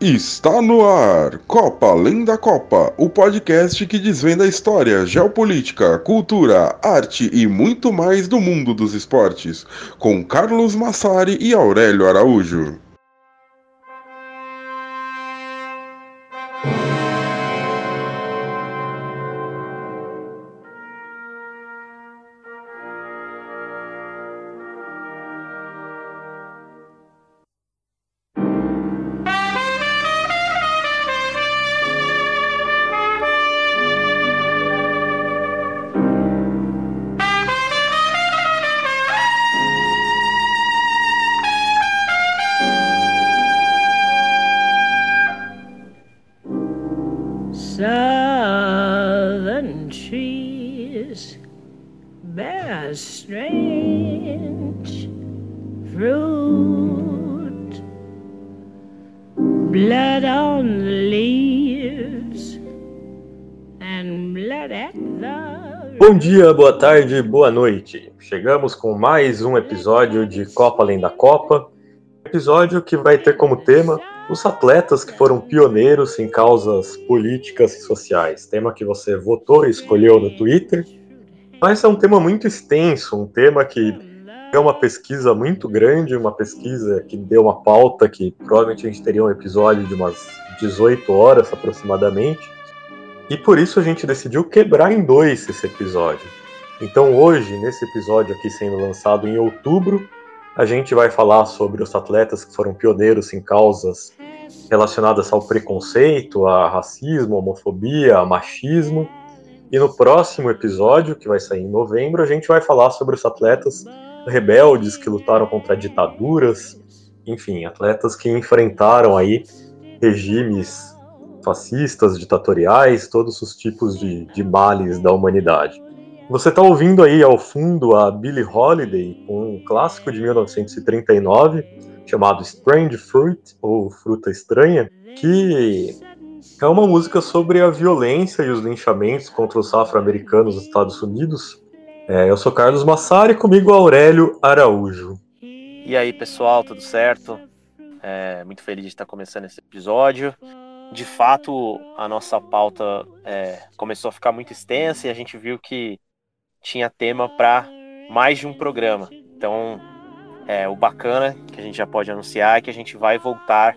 Está no ar, Copa Além da Copa, o podcast que desvenda a história, geopolítica, cultura, arte e muito mais do mundo dos esportes, com Carlos Massari e Aurélio Araújo. Southern trees bear strange fruit, blood on the leaves and blood at the... Bom dia, boa tarde, boa noite. Chegamos com mais um episódio de Copa Além da Copa, episódio que vai ter como tema os atletas que foram pioneiros em causas políticas e sociais, tema que você votou e escolheu no Twitter, mas é um tema muito extenso, um tema que deu uma pesquisa muito grande, uma pesquisa que deu uma pauta que provavelmente a gente teria um episódio de umas 18 horas aproximadamente, e por isso a gente decidiu quebrar em dois esse episódio. Então hoje, nesse episódio aqui sendo lançado em outubro, a gente vai falar sobre os atletas que foram pioneiros em causas relacionadas ao preconceito, a racismo, homofobia, a machismo. E no próximo episódio, que vai sair em novembro, a gente vai falar sobre os atletas rebeldes que lutaram contra ditaduras, enfim, atletas que enfrentaram aí regimes fascistas, ditatoriais, todos os tipos de males da humanidade. Você está ouvindo aí ao fundo a Billie Holiday, com um clássico de 1939, chamado Strange Fruit, ou Fruta Estranha, que é uma música sobre a violência e os linchamentos contra os afro-americanos nos Estados Unidos. Eu sou Carlos Massari, comigo Aurélio Araújo. E aí, pessoal, tudo certo? Muito feliz de estar começando esse episódio. De fato, a nossa pauta começou a ficar muito extensa e a gente viu que tinha tema para mais de um programa. Então, o bacana que a gente já pode anunciar é que a gente vai voltar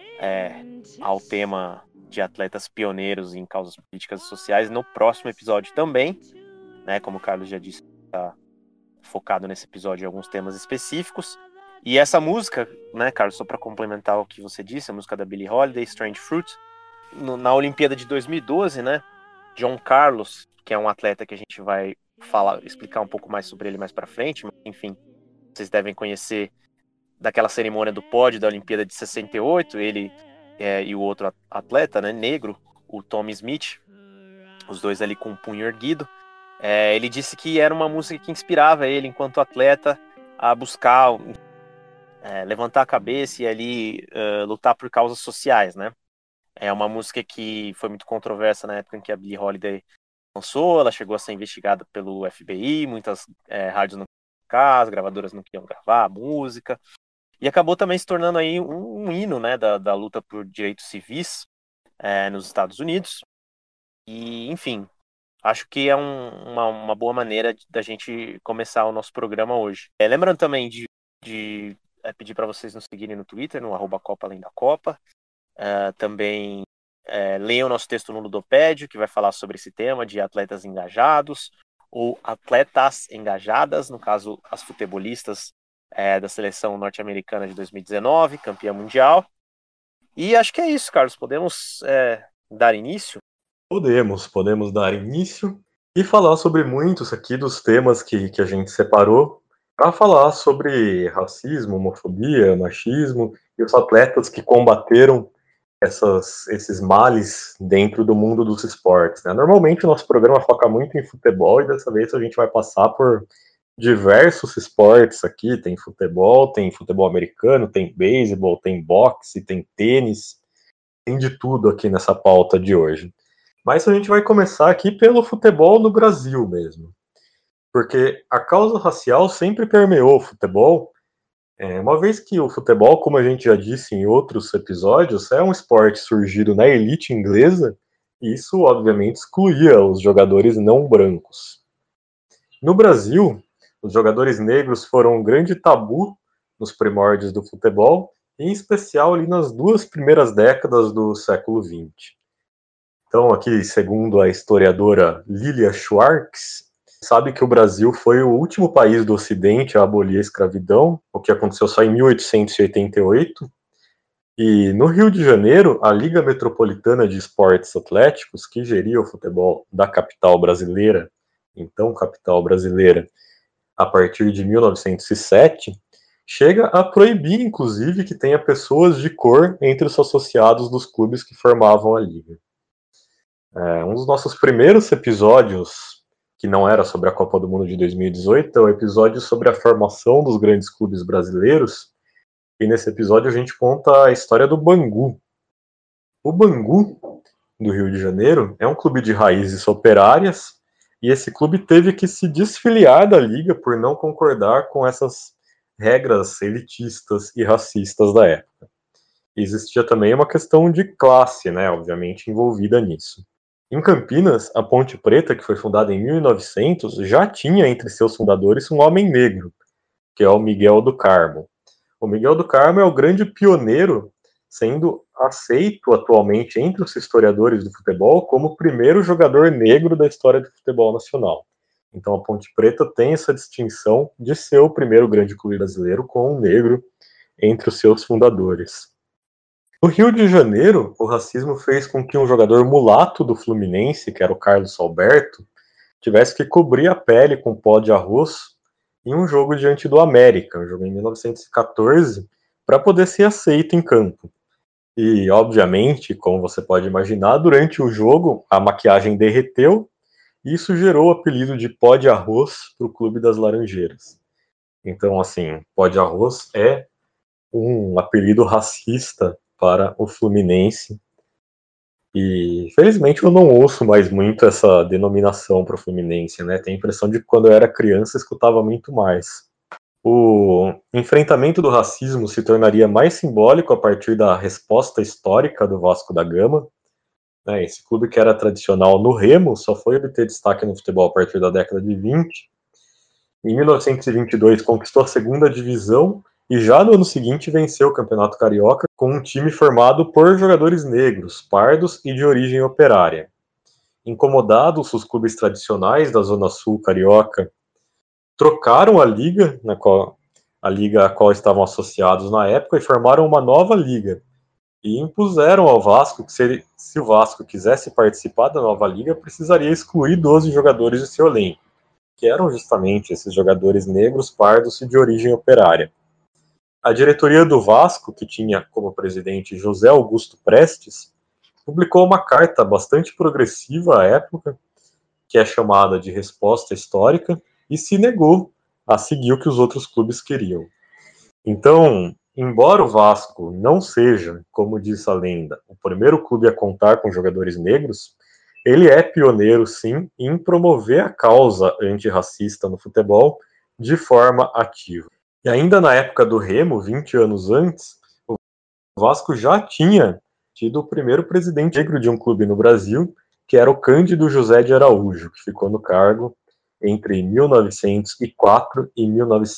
ao tema de atletas pioneiros em causas políticas e sociais no próximo episódio também, né? Como o Carlos já disse, está focado nesse episódio em alguns temas específicos. E essa música, né, Carlos, só para complementar o que você disse, a música da Billie Holiday, Strange Fruit, na Olimpíada de 2012, né, John Carlos, que é um atleta que a gente vai explicar um pouco mais sobre ele mais para frente, mas, enfim, vocês devem conhecer daquela cerimônia do pódio da Olimpíada de 68, ele e o outro atleta, né, negro, o Tommy Smith, os dois ali com o punho erguido. Ele disse que era uma música que inspirava ele enquanto atleta a buscar levantar a cabeça e ali lutar por causas sociais, né? É uma música que foi muito controversa na época em que a Billie Holiday lançou, ela chegou a ser investigada pelo FBI, muitas rádios não queriam, as gravadoras não queriam gravar a música, e acabou também se tornando aí um hino, né, da luta por direitos civis nos Estados Unidos. E, enfim, acho que é uma boa maneira da gente começar o nosso programa hoje. Lembrando também de pedir para vocês nos seguirem no Twitter, no @Copa Além da Copa. Também leiam o nosso texto no Ludopédio, que vai falar sobre esse tema de atletas engajados, ou atletas engajadas, no caso, as futebolistas da seleção norte-americana de 2019, campeã mundial. E acho que é isso, Carlos. Podemos dar início? Podemos dar início e falar sobre muitos aqui dos temas que a gente separou para falar sobre racismo, homofobia, machismo e os atletas que combateram esses males dentro do mundo dos esportes, né? Normalmente o nosso programa foca muito em futebol e dessa vez a gente vai passar por diversos esportes aqui. Tem futebol americano, tem beisebol, tem boxe, tem tênis, tem de tudo aqui nessa pauta de hoje. Mas a gente vai começar aqui pelo futebol no Brasil mesmo, porque a causa racial sempre permeou o futebol Uma vez que o futebol, como a gente já disse em outros episódios, é um esporte surgido na elite inglesa, e isso obviamente excluía os jogadores não brancos. No Brasil, os jogadores negros foram um grande tabu nos primórdios do futebol, em especial ali nas 2 primeiras décadas do século XX. Então, aqui, segundo a historiadora Lilia Schwartz, sabe que o Brasil foi o último país do Ocidente a abolir a escravidão, o que aconteceu só em 1888. E no Rio de Janeiro, a Liga Metropolitana de Esportes Atléticos, que geria o futebol da capital brasileira, então capital brasileira, a partir de 1907, chega a proibir, inclusive, que tenha pessoas de cor entre os associados dos clubes que formavam a liga. Um dos nossos primeiros episódios, que não era sobre a Copa do Mundo de 2018, é o episódio sobre a formação dos grandes clubes brasileiros, e nesse episódio a gente conta a história do Bangu. O Bangu, do Rio de Janeiro, é um clube de raízes operárias, e esse clube teve que se desfiliar da liga por não concordar com essas regras elitistas e racistas da época. E existia também uma questão de classe, né, obviamente, envolvida nisso. Em Campinas, a Ponte Preta, que foi fundada em 1900, já tinha entre seus fundadores um homem negro, que é o Miguel do Carmo. O Miguel do Carmo é o grande pioneiro, sendo aceito atualmente entre os historiadores do futebol como o primeiro jogador negro da história do futebol nacional. Então a Ponte Preta tem essa distinção de ser o primeiro grande clube brasileiro com um negro entre os seus fundadores. No Rio de Janeiro, o racismo fez com que um jogador mulato do Fluminense, que era o Carlos Alberto, tivesse que cobrir a pele com pó de arroz em um jogo diante do América, um jogo em 1914, para poder ser aceito em campo. E, obviamente, como você pode imaginar, durante o jogo a maquiagem derreteu e isso gerou o apelido de pó de arroz para o Clube das Laranjeiras. Então, assim, pó de arroz é um apelido racista para o Fluminense, e felizmente eu não ouço mais muito essa denominação para o Fluminense, né? Tenho a impressão de que quando eu era criança eu escutava muito mais. O enfrentamento do racismo se tornaria mais simbólico a partir da resposta histórica do Vasco da Gama, né? Esse clube que era tradicional no remo só foi obter destaque no futebol a partir da década de 20. Em 1922 conquistou a segunda divisão e já no ano seguinte venceu o Campeonato Carioca com um time formado por jogadores negros, pardos e de origem operária. Incomodados, os clubes tradicionais da Zona Sul carioca trocaram a liga a qual estavam associados na época, e formaram uma nova liga. E impuseram ao Vasco que se o Vasco quisesse participar da nova liga, precisaria excluir 12 jogadores de seu elenco, que eram justamente esses jogadores negros, pardos e de origem operária. A diretoria do Vasco, que tinha como presidente José Augusto Prestes, publicou uma carta bastante progressiva à época, que é chamada de Resposta Histórica, e se negou a seguir o que os outros clubes queriam. Então, embora o Vasco não seja, como diz a lenda, o primeiro clube a contar com jogadores negros, ele é pioneiro, sim, em promover a causa antirracista no futebol de forma ativa. E ainda na época do Remo, 20 anos antes, o Vasco já tinha tido o primeiro presidente negro de um clube no Brasil, que era o Cândido José de Araújo, que ficou no cargo entre 1904 e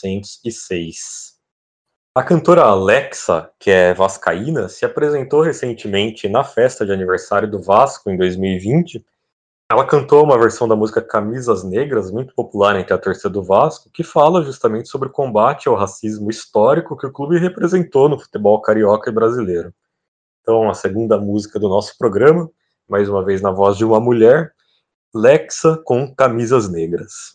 1906. A cantora Alexa, que é vascaína, se apresentou recentemente na festa de aniversário do Vasco, em 2020. Ela cantou uma versão da música Camisas Negras, muito popular entre a torcida do Vasco, que fala justamente sobre o combate ao racismo histórico que o clube representou no futebol carioca e brasileiro. Então, a segunda música do nosso programa, mais uma vez na voz de uma mulher, Lexa com Camisas Negras.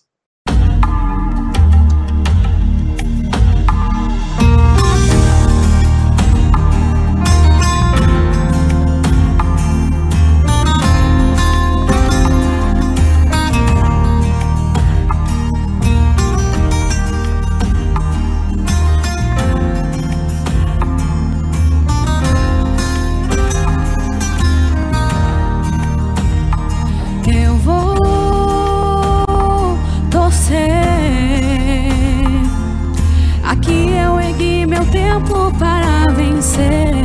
tempo para vencer.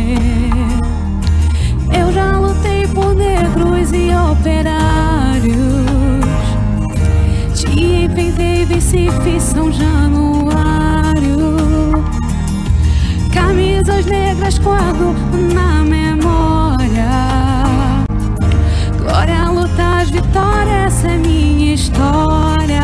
Eu já lutei por negros e operários. Te enfrentei, venci, fiz São Januário. Camisas negras guardo na memória. Glória, lutas, vitória, essa é minha história.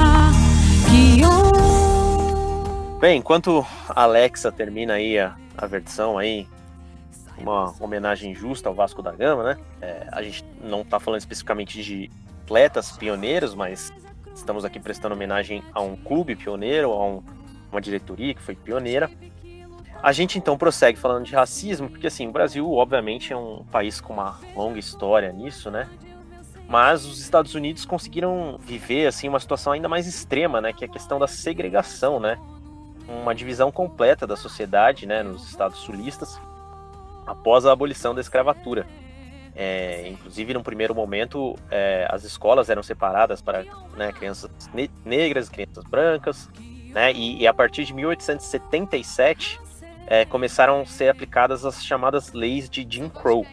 Bem, enquanto a Alexa termina aí a versão aí, uma homenagem justa ao Vasco da Gama, né? A gente não está falando especificamente de atletas pioneiros, mas estamos aqui prestando homenagem a um clube pioneiro, a uma diretoria que foi pioneira. A gente então prossegue falando de racismo, porque assim, o Brasil obviamente é um país com uma longa história nisso, né? Mas os Estados Unidos conseguiram viver assim uma situação ainda mais extrema, né? Que é a questão da segregação, né? Uma divisão completa da sociedade, né? Nos estados sulistas, após a abolição da escravatura. Inclusive, num primeiro momento, as escolas eram separadas para, né, crianças negras, crianças brancas, né? E a partir de 1877 começaram a ser aplicadas as chamadas leis de Jim Crow.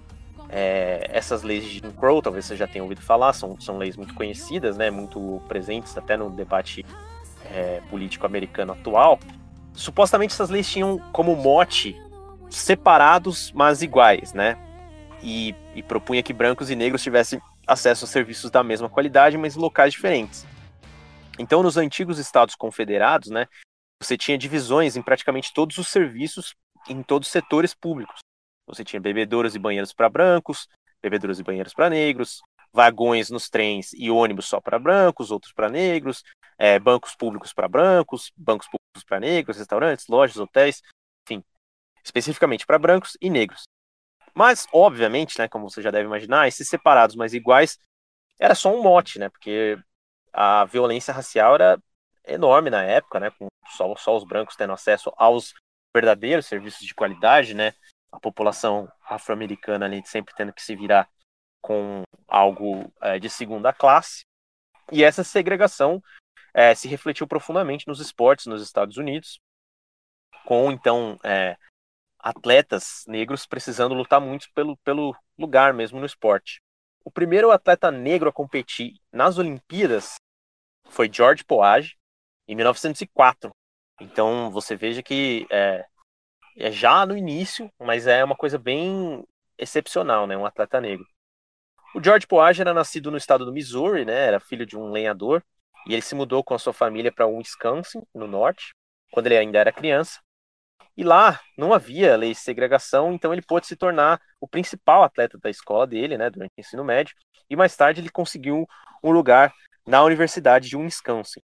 Essas leis de Jim Crow, talvez você já tenha ouvido falar, são leis muito conhecidas, né, muito presentes até no debate político americano atual. Supostamente essas leis tinham como mote separados, mas iguais, né, e propunha que brancos e negros tivessem acesso a serviços da mesma qualidade, mas em locais diferentes. Então, nos antigos estados confederados, né, você tinha divisões em praticamente todos os serviços, em todos os setores públicos. Você tinha bebedouros e banheiros para brancos, bebedouros e banheiros para negros, vagões nos trens e ônibus só para brancos, outros para negros, bancos públicos para brancos, bancos públicos para negros, restaurantes, lojas, hotéis, enfim, especificamente para brancos e negros. Mas, obviamente, né, como você já deve imaginar, esses separados mas iguais era só um mote, né, porque a violência racial era enorme na época, né, com só os brancos tendo acesso aos verdadeiros serviços de qualidade, né, a população afro-americana ali sempre tendo que se virar com algo de segunda classe. E essa segregação se refletiu profundamente nos esportes nos Estados Unidos, com, então, atletas negros precisando lutar muito pelo lugar mesmo no esporte. O primeiro atleta negro a competir nas Olimpíadas foi George Poage, em 1904. Então, você veja que é já no início, mas é uma coisa bem excepcional, né? Um atleta negro. O George Poage era nascido no estado do Missouri, né? Era filho de um lenhador, e ele se mudou com a sua família para Wisconsin, no norte, quando ele ainda era criança. E lá não havia lei de segregação, então ele pôde se tornar o principal atleta da escola dele, né? Durante o ensino médio, e mais tarde ele conseguiu um lugar na Universidade de Wisconsin.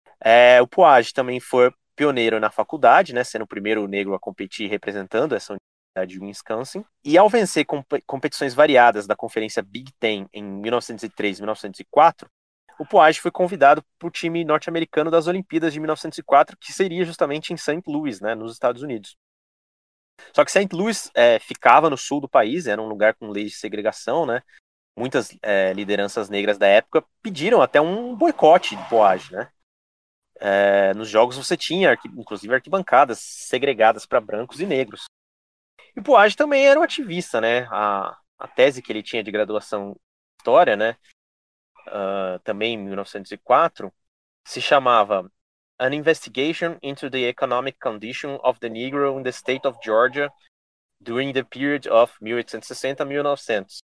O Poage também foi pioneiro na faculdade, né, sendo o primeiro negro a competir representando essa Universidade de Wisconsin. E ao vencer competições variadas da Conferência Big Ten em 1903 e 1904, o Poage foi convidado para o time norte-americano das Olimpíadas de 1904, que seria justamente em St. Louis, né, nos Estados Unidos. Só que St. Louis ficava no sul do país, era um lugar com leis de segregação, né? Muitas lideranças negras da época pediram até um boicote de Poage, né? Nos jogos você tinha, inclusive, arquibancadas segregadas para brancos e negros. E o Poage também era um ativista, né? A tese que ele tinha de graduação em História, né? Também em 1904, se chamava An Investigation into the Economic Condition of the Negro in the State of Georgia during the period of 1860 a 1900.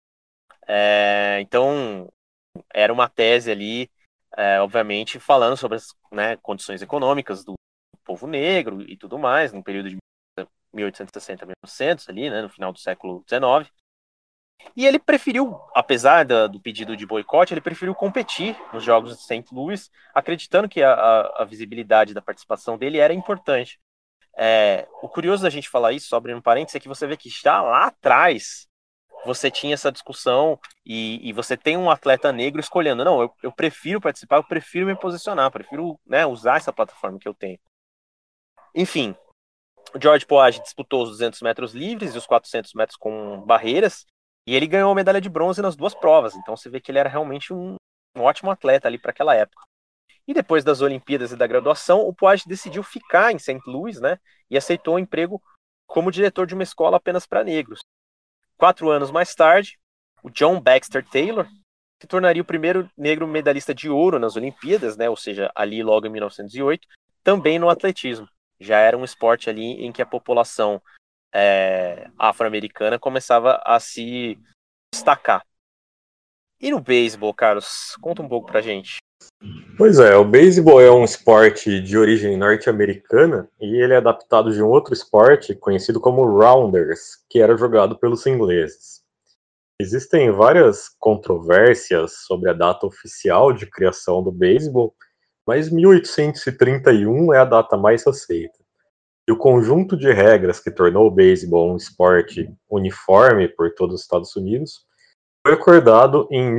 Então, era uma tese ali, obviamente, falando sobre as, né, condições econômicas do povo negro e tudo mais, no período de 1860 a 1900, ali, né, no final do século XIX. E ele preferiu, apesar do pedido de boicote, ele preferiu competir nos Jogos de St. Louis, acreditando que a visibilidade da participação dele era importante. O curioso da gente falar isso, só abrindo um parênteses, é que você vê que já lá atrás você tinha essa discussão e você tem um atleta negro escolhendo, não, eu prefiro participar, eu prefiro me posicionar, eu prefiro, né, usar essa plataforma que eu tenho. Enfim, o George Poage disputou os 200 metros livres e os 400 metros com barreiras, e ele ganhou a medalha de bronze nas duas provas. Então você vê que ele era realmente um ótimo atleta ali para aquela época. E depois das Olimpíadas e da graduação, o Puaj decidiu ficar em St. Louis, né, e aceitou um emprego como diretor de uma escola apenas para negros. 4 anos mais tarde, o John Baxter Taylor se tornaria o primeiro negro medalhista de ouro nas Olimpíadas, né, ou seja, ali logo em 1908, também no atletismo. Já era um esporte ali em que a população afro-americana começava a se destacar. E no beisebol, Carlos? Conta um pouco pra gente. Pois é, o beisebol é um esporte de origem norte-americana e ele é adaptado de um outro esporte conhecido como rounders, que era jogado pelos ingleses. Existem várias controvérsias sobre a data oficial de criação do beisebol, mas 1831 é a data mais aceita. E o conjunto de regras que tornou o beisebol um esporte uniforme por todos os Estados Unidos foi acordado em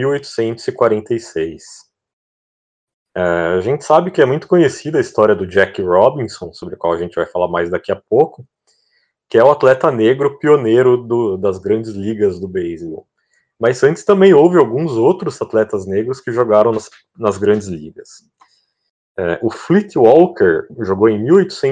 1846. A gente sabe que é muito conhecida a história do Jack Robinson, sobre a qual a gente vai falar mais daqui a pouco, que é o atleta negro pioneiro das grandes ligas do beisebol. Mas antes também houve alguns outros atletas negros que jogaram nas grandes ligas. O Fleet Walker jogou em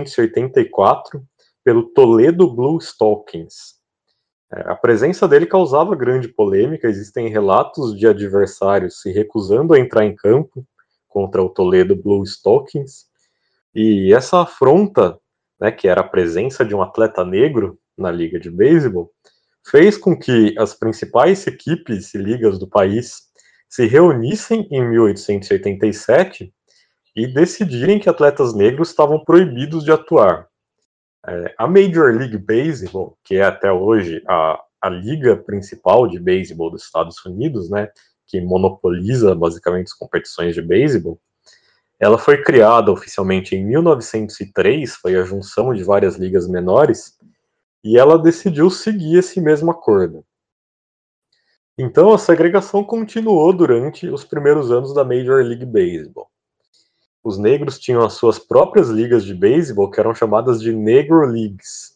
1884 pelo Toledo Blue Stockings. A presença dele causava grande polêmica, existem relatos de adversários se recusando a entrar em campo contra o Toledo Blue Stockings, e essa afronta, né, que era a presença de um atleta negro na liga de beisebol, fez com que as principais equipes e ligas do país se reunissem em 1887 e decidirem que atletas negros estavam proibidos de atuar. A Major League Baseball, que é até hoje a liga principal de beisebol dos Estados Unidos, né, que monopoliza basicamente as competições de beisebol, ela foi criada oficialmente em 1903, foi a junção de várias ligas menores, e ela decidiu seguir esse mesmo acordo. Então a segregação continuou durante os primeiros anos da Major League Baseball. Os negros tinham as suas próprias ligas de beisebol, que eram chamadas de Negro Leagues.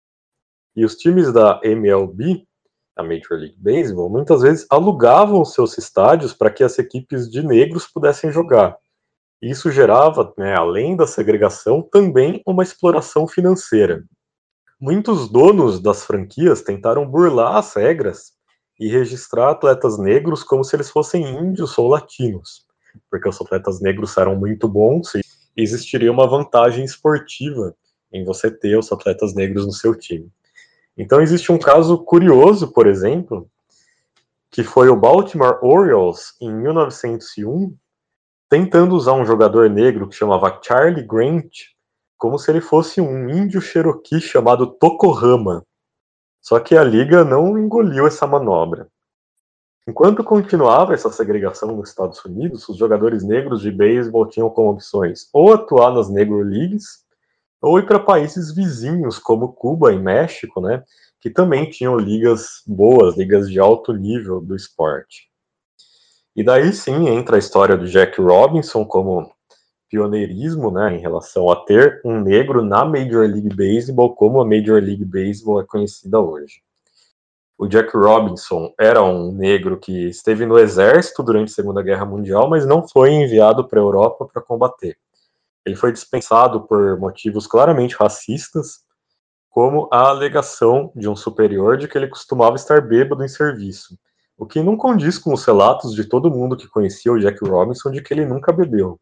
E os times da MLB, a Major League Baseball, muitas vezes alugavam seus estádios para que as equipes de negros pudessem jogar. Isso gerava, né, além da segregação, também uma exploração financeira. Muitos donos das franquias tentaram burlar as regras e registrar atletas negros como se eles fossem índios ou latinos, porque os atletas negros eram muito bons e existiria uma vantagem esportiva em você ter os atletas negros no seu time. Então existe um caso curioso, por exemplo, que foi o Baltimore Orioles, em 1901, tentando usar um jogador negro que chamava Charlie Grant, como se ele fosse um índio Cherokee chamado Tocohama. Só que a liga não engoliu essa manobra. Enquanto continuava essa segregação nos Estados Unidos, os jogadores negros de beisebol tinham como opções ou atuar nas Negro Leagues, ou ir para países vizinhos, como Cuba e México, né, que também tinham ligas boas, ligas de alto nível do esporte. E daí sim entra a história do Jack Robinson como pioneirismo, né, em relação a ter um negro na Major League Baseball, como a Major League Baseball é conhecida hoje. O Jack Robinson era um negro que esteve no exército durante a Segunda Guerra Mundial, mas não foi enviado para a Europa para combater. Ele foi dispensado por motivos claramente racistas, como a alegação de um superior de que ele costumava estar bêbado em serviço, o que não condiz com os relatos de todo mundo que conhecia o Jack Robinson de que ele nunca bebeu.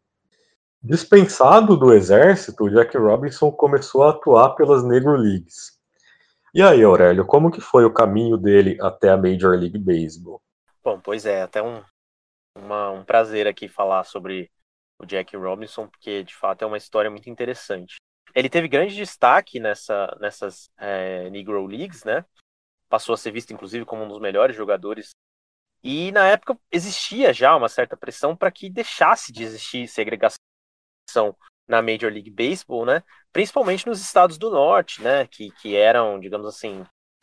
Dispensado do exército, o Jack Robinson começou a atuar pelas Negro Leagues. E aí, Aurélio, como que foi o caminho dele até a Major League Baseball? Bom, pois é, até um prazer aqui falar sobre o Jack Robinson, porque de fato é uma história muito interessante. Ele teve grande destaque nessas Negro Leagues, né? Passou a ser visto, inclusive, como um dos melhores jogadores. E na época existia já uma certa pressão para que deixasse de existir segregação na Major League Baseball, né? Principalmente nos estados do norte, né? Que eram, digamos assim,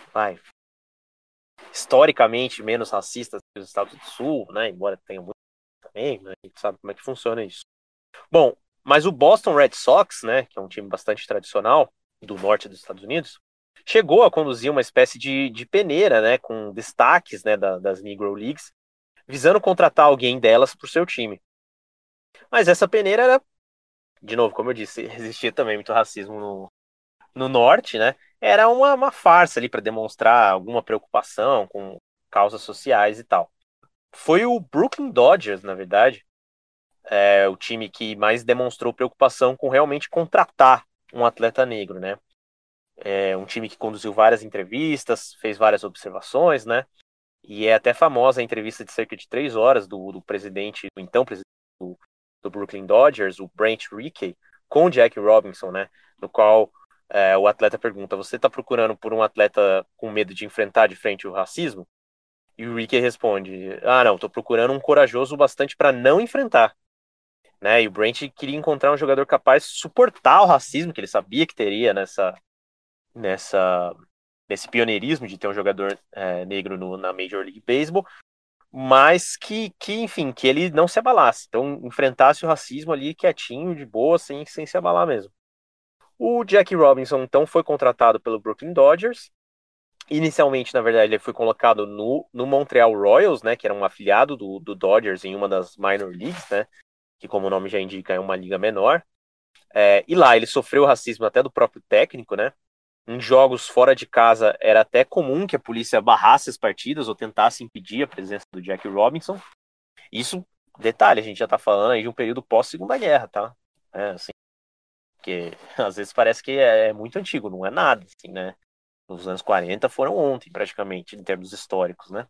historicamente menos racistas que os estados do sul, né? Embora tenham muito também, né? A gente sabe como é que funciona isso. Bom, mas o Boston Red Sox, né? Que é um time bastante tradicional do norte dos Estados Unidos, chegou a conduzir uma espécie de peneira, né? Com destaques, né? Das Negro Leagues, visando contratar alguém delas para o seu time. Mas essa peneira era, de novo, como eu disse, existia também muito racismo no norte, né? Era uma farsa ali para demonstrar alguma preocupação com causas sociais e tal. Foi o Brooklyn Dodgers, na verdade, o time que mais demonstrou preocupação com realmente contratar um atleta negro, né? Um time que conduziu várias entrevistas, fez várias observações, né? E é até famosa a entrevista de cerca de 3 horas do presidente, do então presidente do Brooklyn Dodgers, o Brent Rickey, com o Jack Robinson, né? No qual o atleta pergunta: você está procurando por um atleta com medo de enfrentar de frente o racismo? E o Rickey responde: não, estou procurando um corajoso bastante para não enfrentar. Né? E o Brent queria encontrar um jogador capaz de suportar o racismo que ele sabia que teria nesse pioneirismo de ter um jogador negro na Major League Baseball, mas que, enfim, que ele não se abalasse. Então, enfrentasse o racismo ali quietinho, de boa, sem se abalar mesmo. O Jack Robinson, então, foi contratado pelo Brooklyn Dodgers. Inicialmente, na verdade, ele foi colocado no Montreal Royals, né, que era um afiliado do Dodgers em uma das minor leagues, né, que, como o nome já indica, é uma liga menor. E lá ele sofreu racismo até do próprio técnico, né? Em jogos fora de casa era até comum que a polícia barrasse as partidas ou tentasse impedir a presença do Jack Robinson. Isso, detalhe, a gente já tá falando aí de um período pós-Segunda Guerra, tá? Assim, porque às vezes parece que é muito antigo, não é nada, assim, né? Os anos 40 foram ontem, praticamente, em termos históricos, né?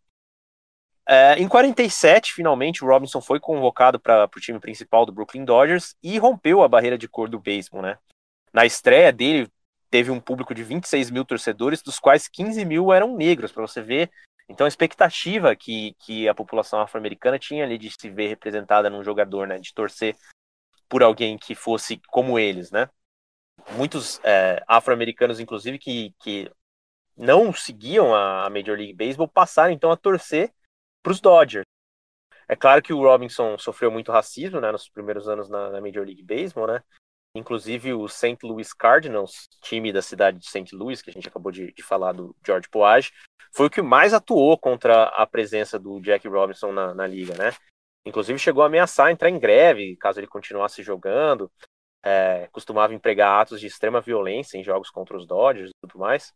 Em 47, finalmente, o Robinson foi convocado para o time principal do Brooklyn Dodgers e rompeu a barreira de cor do beisebol, né? Na estreia dele, teve um público de 26 mil torcedores, dos quais 15 mil eram negros, para você ver. Então a expectativa que a população afro-americana tinha ali de se ver representada num jogador, né, de torcer por alguém que fosse como eles, né? Muitos afro-americanos, inclusive, que não seguiam a Major League Baseball, passaram então a torcer para os Dodgers. É claro que o Robinson sofreu muito racismo, né, nos primeiros anos na Major League Baseball, né? Inclusive o St. Louis Cardinals, time da cidade de St. Louis, que a gente acabou de falar do George Poage, foi o que mais atuou contra a presença do Jack Robinson na liga, né? Inclusive chegou a ameaçar entrar em greve caso ele continuasse jogando, costumava empregar atos de extrema violência em jogos contra os Dodgers e tudo mais.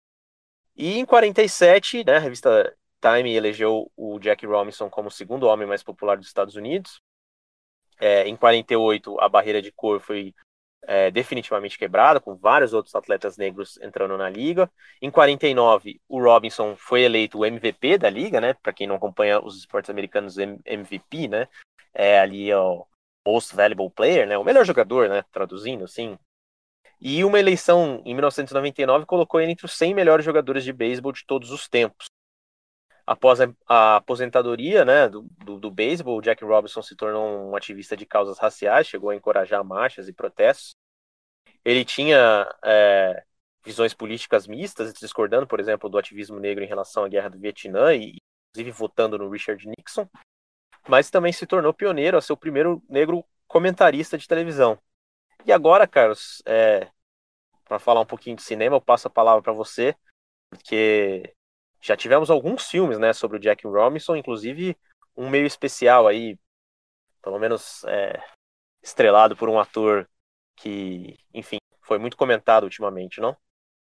E em 47, né, a revista Time elegeu o Jack Robinson como o segundo homem mais popular dos Estados Unidos. Em 48, a barreira de cor foi definitivamente quebrada, com vários outros atletas negros entrando na liga. Em 49, o Robinson foi eleito o MVP da liga, né? Para quem não acompanha os esportes americanos, MVP, né? Ali o Most Valuable Player, né? O melhor jogador, né? Traduzindo assim. E uma eleição em 1999 colocou ele entre os 100 melhores jogadores de beisebol de todos os tempos. Após a aposentadoria, né, do beisebol, o Jack Robinson se tornou um ativista de causas raciais, chegou a encorajar marchas e protestos. Ele tinha visões políticas mistas, discordando, por exemplo, do ativismo negro em relação à Guerra do Vietnã e, inclusive, votando no Richard Nixon, mas também se tornou pioneiro a ser o primeiro negro comentarista de televisão. E agora, Carlos, para falar um pouquinho de cinema, eu passo a palavra para você, porque já tivemos alguns filmes, né, sobre o Jack Robinson, inclusive um meio especial aí, pelo menos estrelado por um ator que, enfim, foi muito comentado ultimamente, não?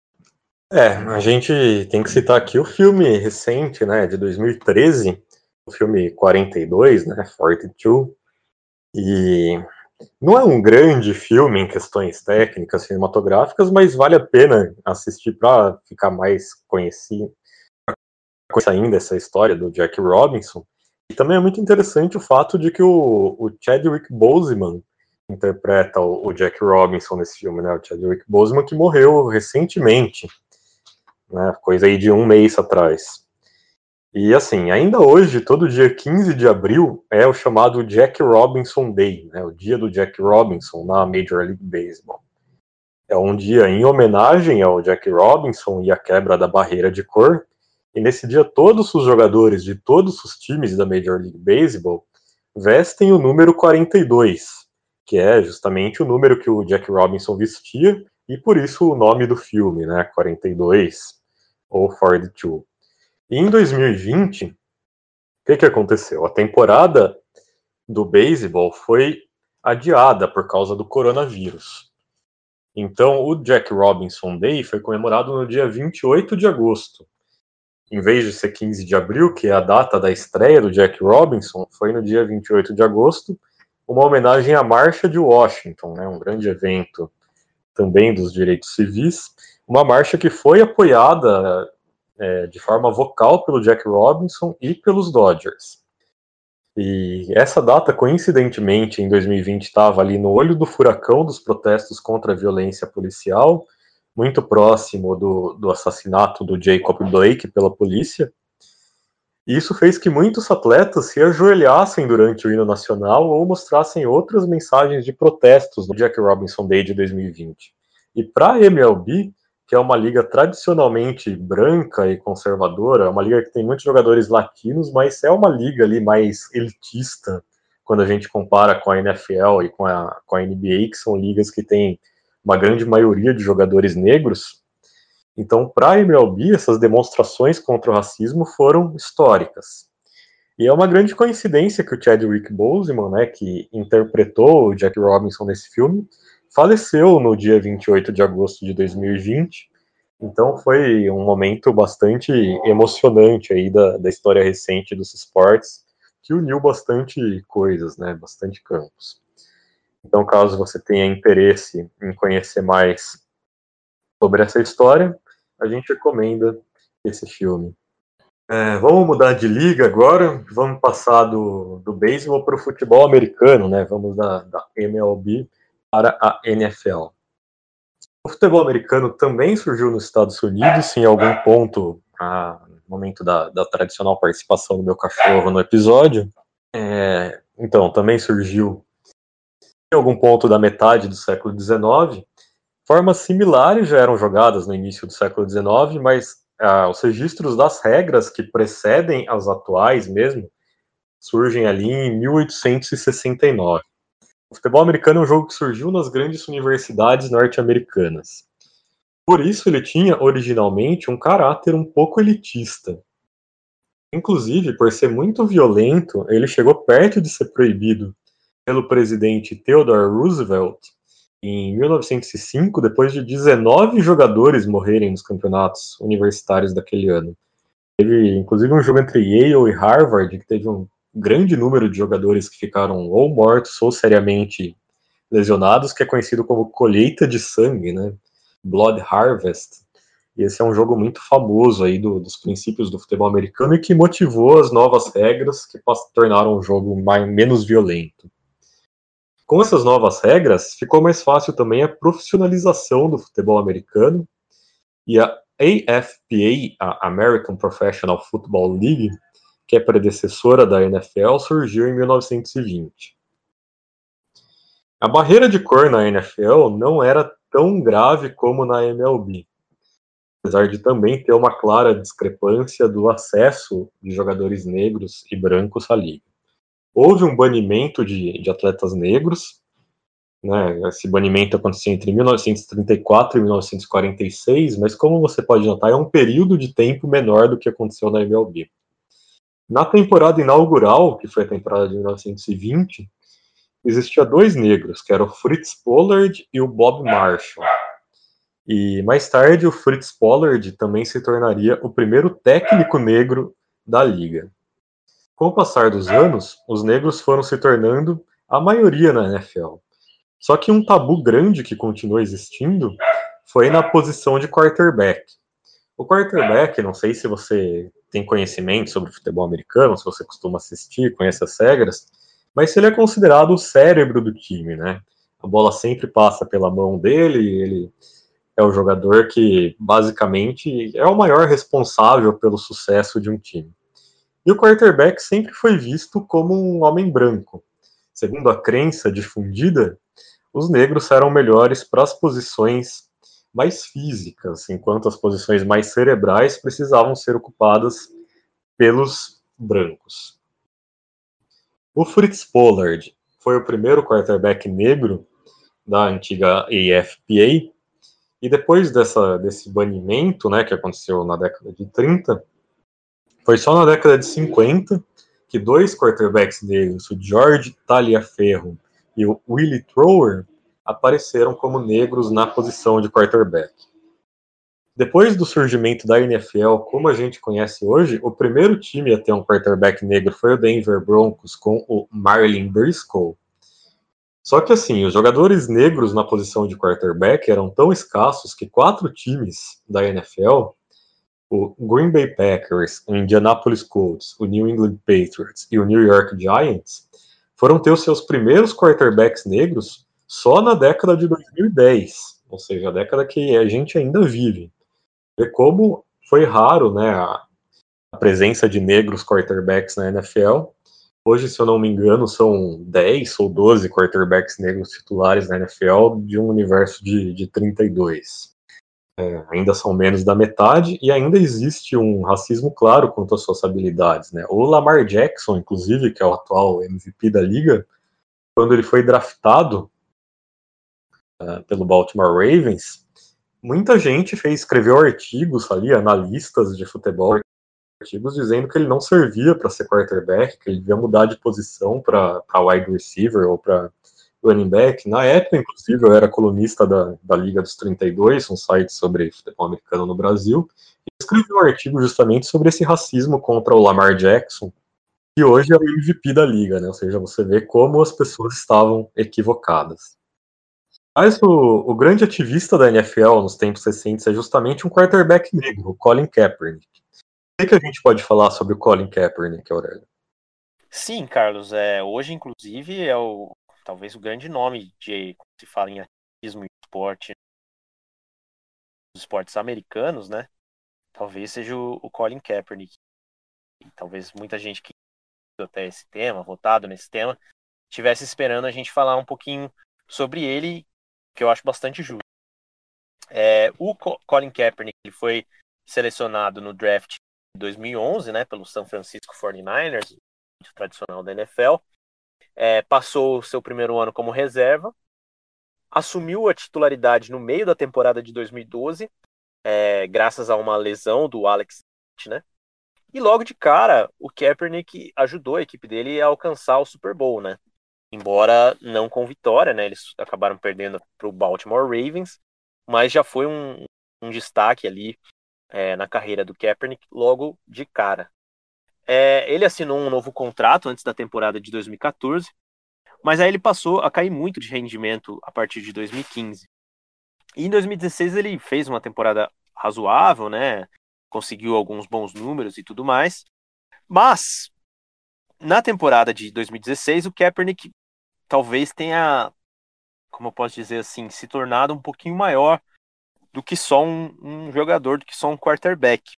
A gente tem que citar aqui o filme recente, né, de 2013, o filme 42, né, 42, e não é um grande filme em questões técnicas, cinematográficas, mas vale a pena assistir para ficar mais conhecido ainda essa história do Jack Robinson. E também é muito interessante o fato de que o Chadwick Boseman interpreta o Jack Robinson nesse filme, né? O Chadwick Boseman que morreu recentemente, né? Coisa aí de um mês atrás. E assim, ainda hoje, todo dia 15 de abril é o chamado Jack Robinson Day, né? O dia do Jack Robinson na Major League Baseball. É um dia em homenagem ao Jack Robinson e à quebra da barreira de cor. E nesse dia todos os jogadores de todos os times da Major League Baseball vestem o número 42, que é justamente o número que o Jack Robinson vestia, e por isso o nome do filme, né, 42 ou 42. E em 2020, o que aconteceu? A temporada do beisebol foi adiada por causa do coronavírus. Então, o Jack Robinson Day foi comemorado no dia 28 de agosto. Em vez de ser 15 de abril, que é a data da estreia do Jack Robinson, foi no dia 28 de agosto, uma homenagem à Marcha de Washington, né, um grande evento também dos direitos civis, uma marcha que foi apoiada de forma vocal pelo Jack Robinson e pelos Dodgers. E essa data, coincidentemente, em 2020, estava ali no olho do furacão dos protestos contra a violência policial, muito próximo do assassinato do Jacob Blake pela polícia. E isso fez que muitos atletas se ajoelhassem durante o hino nacional ou mostrassem outras mensagens de protestos no Jack Robinson Day de 2020. E para a MLB, que é uma liga tradicionalmente branca e conservadora, uma liga que tem muitos jogadores latinos, mas é uma liga ali mais elitista quando a gente compara com a NFL e com a NBA, que são ligas que têm uma grande maioria de jogadores negros. Então, para a MLB, essas demonstrações contra o racismo foram históricas. E é uma grande coincidência que o Chadwick Boseman, né, que interpretou o Jack Robinson nesse filme, faleceu no dia 28 de agosto de 2020. Então foi um momento bastante emocionante aí da história recente dos esportes, que uniu bastante coisas, né, bastante campos. Então, caso você tenha interesse em conhecer mais sobre essa história, a gente recomenda esse filme. Vamos mudar de liga agora, vamos passar do beisebol para o futebol americano, né? Vamos da MLB para a NFL. O futebol americano também surgiu nos Estados Unidos, em algum ponto, no momento da tradicional participação do meu cachorro no episódio. Então, também surgiu em algum ponto da metade do século XIX. Formas similares já eram jogadas no início do século XIX, mas os registros das regras que precedem as atuais mesmo surgem ali em 1869. O futebol americano é um jogo que surgiu nas grandes universidades norte-americanas. Por isso ele tinha originalmente um caráter um pouco elitista. Inclusive, por ser muito violento, ele chegou perto de ser proibido pelo presidente Theodore Roosevelt em 1905, depois de 19 jogadores morrerem nos campeonatos universitários daquele ano. Teve, inclusive, um jogo entre Yale e Harvard, que teve um grande número de jogadores que ficaram ou mortos ou seriamente lesionados, que é conhecido como colheita de sangue, né? Blood Harvest. E esse é um jogo muito famoso aí dos princípios do futebol americano e que motivou as novas regras que tornaram o jogo menos violento. Com essas novas regras, ficou mais fácil também a profissionalização do futebol americano, e a AFPA, a American Professional Football League, que é predecessora da NFL, surgiu em 1920. A barreira de cor na NFL não era tão grave como na MLB, apesar de também ter uma clara discrepância do acesso de jogadores negros e brancos à liga. Houve um banimento de atletas negros, né? Esse banimento aconteceu entre 1934 e 1946, mas como você pode notar, é um período de tempo menor do que aconteceu na MLB. Na temporada inaugural, que foi a temporada de 1920, existia 2 negros, que eram o Fritz Pollard e o Bob Marshall. E mais tarde o Fritz Pollard também se tornaria o primeiro técnico negro da liga. Com o passar dos anos, os negros foram se tornando a maioria na NFL. Só que um tabu grande que continuou existindo foi na posição de quarterback. O quarterback, não sei se você tem conhecimento sobre futebol americano, se você costuma assistir, conhece as regras, mas ele é considerado o cérebro do time, né? A bola sempre passa pela mão dele, ele é o jogador que, basicamente, é o maior responsável pelo sucesso de um time. E o quarterback sempre foi visto como um homem branco. Segundo a crença difundida, os negros eram melhores para as posições mais físicas, enquanto as posições mais cerebrais precisavam ser ocupadas pelos brancos. O Fritz Pollard foi o primeiro quarterback negro da antiga AFPA, e depois desse banimento, né, que aconteceu na década de 30, foi só na década de 50 que 2 quarterbacks negros, o George Taliaferro e o Willie Thrower apareceram como negros na posição de quarterback. Depois do surgimento da NFL, como a gente conhece hoje, o primeiro time a ter um quarterback negro foi o Denver Broncos, com o Marlin Briscoe. Só que assim, os jogadores negros na posição de quarterback eram tão escassos que 4 times da NFL, o Green Bay Packers, o Indianapolis Colts, o New England Patriots e o New York Giants, foram ter os seus primeiros quarterbacks negros só na década de 2010, ou seja, a década que a gente ainda vive. E como foi raro, né, a presença de negros quarterbacks na NFL. Hoje, se eu não me engano, são 10 ou 12 quarterbacks negros titulares na NFL de um universo de 32. Ainda são menos da metade e ainda existe um racismo claro quanto às suas habilidades, né? O Lamar Jackson, inclusive, que é o atual MVP da liga, quando ele foi draftado pelo Baltimore Ravens, muita gente escreveu artigos ali, analistas de futebol, artigos dizendo que ele não servia para ser quarterback, que ele devia mudar de posição para wide receiver ou para running back. Na época, inclusive, eu era colunista da Liga dos 32, um site sobre futebol americano no Brasil, e escrevi um artigo justamente sobre esse racismo contra o Lamar Jackson, que hoje é o MVP da liga, né? Ou seja, você vê como as pessoas estavam equivocadas. Mas o grande ativista da NFL nos tempos recentes é justamente um quarterback negro, o Colin Kaepernick. O que a gente pode falar sobre o Colin Kaepernick, Aurélio? Sim, Carlos, hoje, inclusive, talvez o grande nome de quando se fala em ativismo e esporte, dos esportes americanos, né? Talvez seja o Colin Kaepernick. E talvez muita gente que até esse tema, votado nesse tema, estivesse esperando a gente falar um pouquinho sobre ele, que eu acho bastante justo. O Colin Kaepernick, ele foi selecionado no draft de 2011, né, pelo San Francisco 49ers, tradicional da NFL. Passou o seu primeiro ano como reserva, assumiu a titularidade no meio da temporada de 2012, graças a uma lesão do Alex Smith, né? E logo de cara, o Kaepernick ajudou a equipe dele a alcançar o Super Bowl, né? Embora não com vitória, né? Eles acabaram perdendo para o Baltimore Ravens, mas já foi um destaque ali na carreira do Kaepernick logo de cara. Ele assinou um novo contrato antes da temporada de 2014, mas aí ele passou a cair muito de rendimento a partir de 2015. E em 2016 ele fez uma temporada razoável, né? Conseguiu alguns bons números e tudo mais. Mas, na temporada de 2016, o Kaepernick talvez tenha, como eu posso dizer assim, se tornado um pouquinho maior do que só um jogador, do que só um quarterback.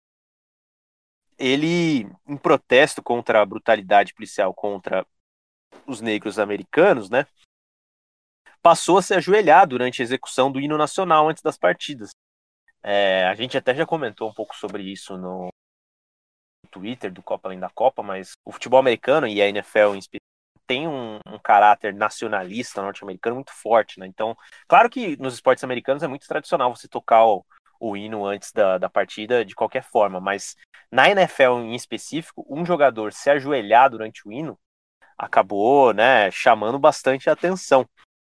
Ele, em protesto contra a brutalidade policial contra os negros americanos, né, passou a se ajoelhar durante a execução do hino nacional antes das partidas. A gente até já comentou um pouco sobre isso no Twitter do Copa Além da Copa, mas o futebol americano e a NFL em específico tem um caráter nacionalista norte-americano muito forte, né? Então, claro que nos esportes americanos é muito tradicional você tocar o hino antes da partida de qualquer forma, mas na NFL em específico, um jogador se ajoelhar durante o hino acabou, né, chamando bastante a atenção.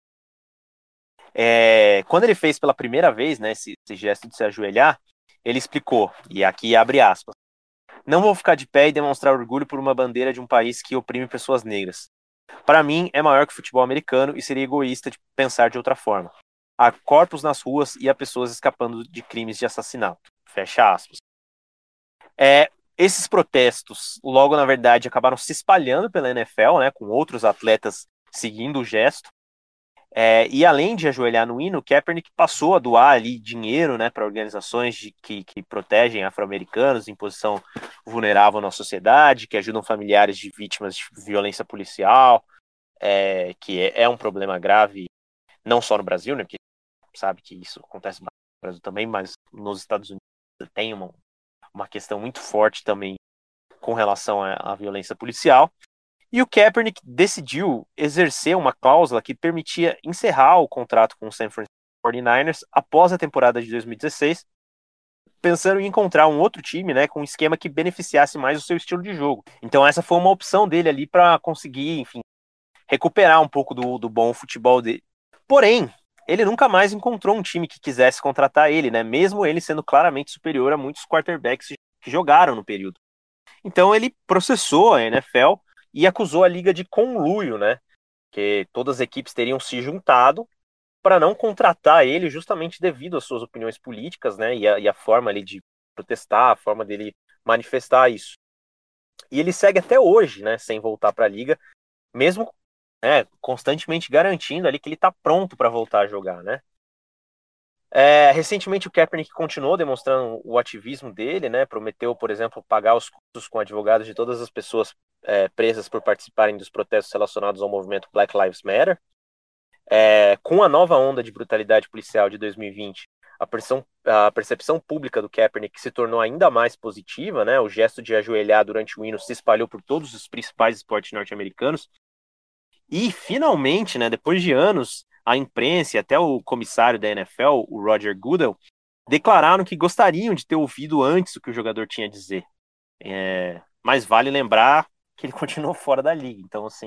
Quando ele fez pela primeira vez, né, esse gesto de se ajoelhar, ele explicou, e aqui abre aspas: "Não vou ficar de pé e demonstrar orgulho por uma bandeira de um país que oprime pessoas negras. Para mim, é maior que o futebol americano e seria egoísta de pensar de outra forma. Há corpos nas ruas e há pessoas escapando de crimes de assassinato." Fecha aspas. Esses protestos, logo, na verdade, acabaram se espalhando pela NFL, né, com outros atletas seguindo o gesto. E além de ajoelhar no hino, Kaepernick passou a doar ali dinheiro, né, para organizações que protegem afro-americanos em posição vulnerável na sociedade, que ajudam familiares de vítimas de violência policial, que é um problema grave, não só no Brasil, né, porque sabe que isso acontece no Brasil também, mas nos Estados Unidos tem uma questão muito forte também com relação à violência policial. E o Kaepernick decidiu exercer uma cláusula que permitia encerrar o contrato com o San Francisco 49ers após a temporada de 2016, pensando em encontrar um outro time, né, com um esquema que beneficiasse mais o seu estilo de jogo. Então essa foi uma opção dele ali para conseguir, enfim, recuperar um pouco do bom futebol dele. Porém, ele nunca mais encontrou um time que quisesse contratar ele, né? Mesmo ele sendo claramente superior a muitos quarterbacks que jogaram no período. Então ele processou a NFL e acusou a liga de conluio, né? Que todas as equipes teriam se juntado para não contratar ele justamente devido às suas opiniões políticas, né? E a forma ali de protestar, a forma dele manifestar isso. E ele segue até hoje, né? Sem voltar para a liga, mesmo constantemente garantindo ali que ele está pronto para voltar a jogar, né? Recentemente o Kaepernick continuou demonstrando o ativismo dele, né? Prometeu, por exemplo, pagar os custos com advogados de todas as pessoas presas por participarem dos protestos relacionados ao movimento Black Lives Matter. Com a nova onda de brutalidade policial de 2020, a percepção pública do Kaepernick se tornou ainda mais positiva, né? O gesto de ajoelhar durante o hino se espalhou por todos os principais esportes norte-americanos. E, finalmente, né, depois de anos, a imprensa e até o comissário da NFL, o Roger Goodell, declararam que gostariam de ter ouvido antes o que o jogador tinha a dizer. Mas vale lembrar que ele continuou fora da liga. Então, assim,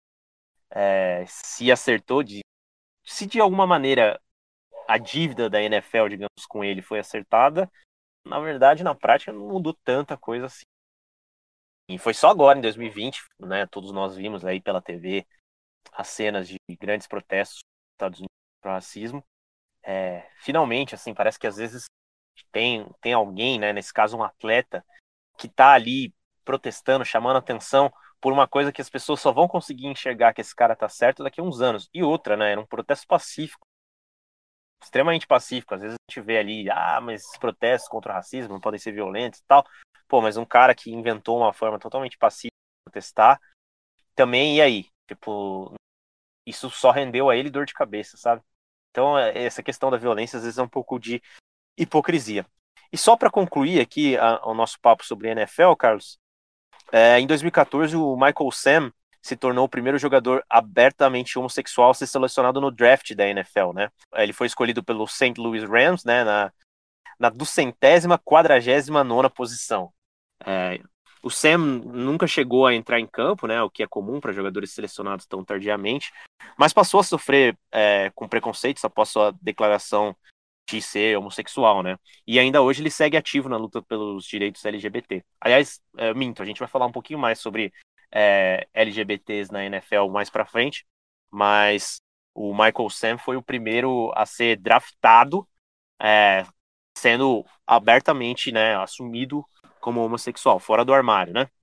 se acertou, se de alguma maneira a dívida da NFL, digamos, com ele foi acertada, na verdade, na prática, não mudou tanta coisa assim. E foi só agora, em 2020, né, todos nós vimos aí pela TV as cenas de grandes protestos nos Estados Unidos contra o racismo. Finalmente, assim, parece que às vezes tem alguém, né, nesse caso um atleta, que tá ali protestando, chamando atenção por uma coisa que as pessoas só vão conseguir enxergar que esse cara tá certo daqui a uns anos. E outra, né, era um protesto pacífico, extremamente pacífico. Às vezes a gente vê ali, mas esses protestos contra o racismo não podem ser violentos e tal. Pô, mas um cara que inventou uma forma totalmente pacífica de protestar, também, e aí? Tipo, isso só rendeu a ele dor de cabeça, sabe? Então, essa questão da violência, às vezes, é um pouco de hipocrisia. E só para concluir aqui o nosso papo sobre NFL, Carlos, em 2014, o Michael Sam se tornou o primeiro jogador abertamente homossexual a ser selecionado no draft da NFL, né? Ele foi escolhido pelo St. Louis Rams, né, na 249ª posição. O Sam nunca chegou a entrar em campo, né, o que é comum para jogadores selecionados tão tardiamente, mas passou a sofrer com preconceitos após sua declaração de ser homossexual, né? E ainda hoje ele segue ativo na luta pelos direitos LGBT. Aliás, a gente vai falar um pouquinho mais sobre LGBTs na NFL mais para frente, mas o Michael Sam foi o primeiro a ser draftado, sendo abertamente, né, assumido como homossexual, fora do armário, né?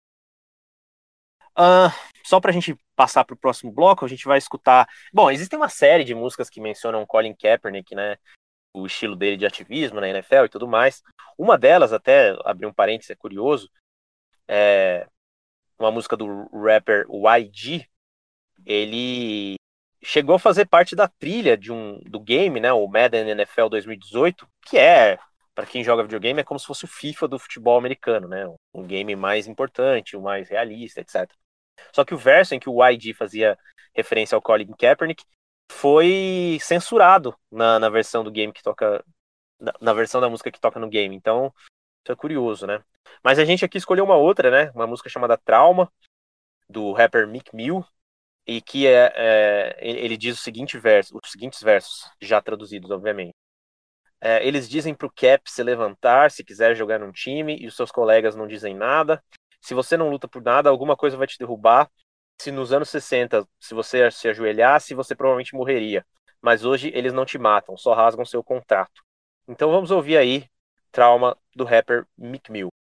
Só pra gente passar pro próximo bloco, a gente vai escutar... Bom, existem uma série de músicas que mencionam Colin Kaepernick, né? O estilo dele de ativismo na NFL e tudo mais. Uma delas, até abrir um parênteses, é curioso, uma música do rapper YG. Ele chegou a fazer parte da trilha do game, né? O Madden NFL 2018, que para quem joga videogame, é como se fosse o FIFA do futebol americano, né? Um game mais importante, o mais realista, etc. Só que o verso em que o YG fazia referência ao Colin Kaepernick foi censurado na versão do game que toca, na versão da música que toca no game. Então, isso é curioso, né? Mas a gente aqui escolheu uma outra, né? Uma música chamada Trauma, do rapper Meek Mill, e que ele diz os seguintes versos, já traduzidos, obviamente. Eles dizem pro Cap se levantar se quiser jogar num time, e os seus colegas não dizem nada. Se você não luta por nada, alguma coisa vai te derrubar. Se nos anos 60, se você se ajoelhasse, você provavelmente morreria. Mas hoje eles não te matam, só rasgam seu contrato. Então vamos ouvir aí Trauma do rapper Meek Mill.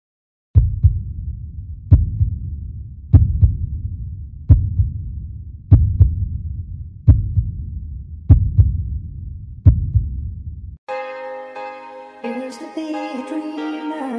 Used to be a dreamer,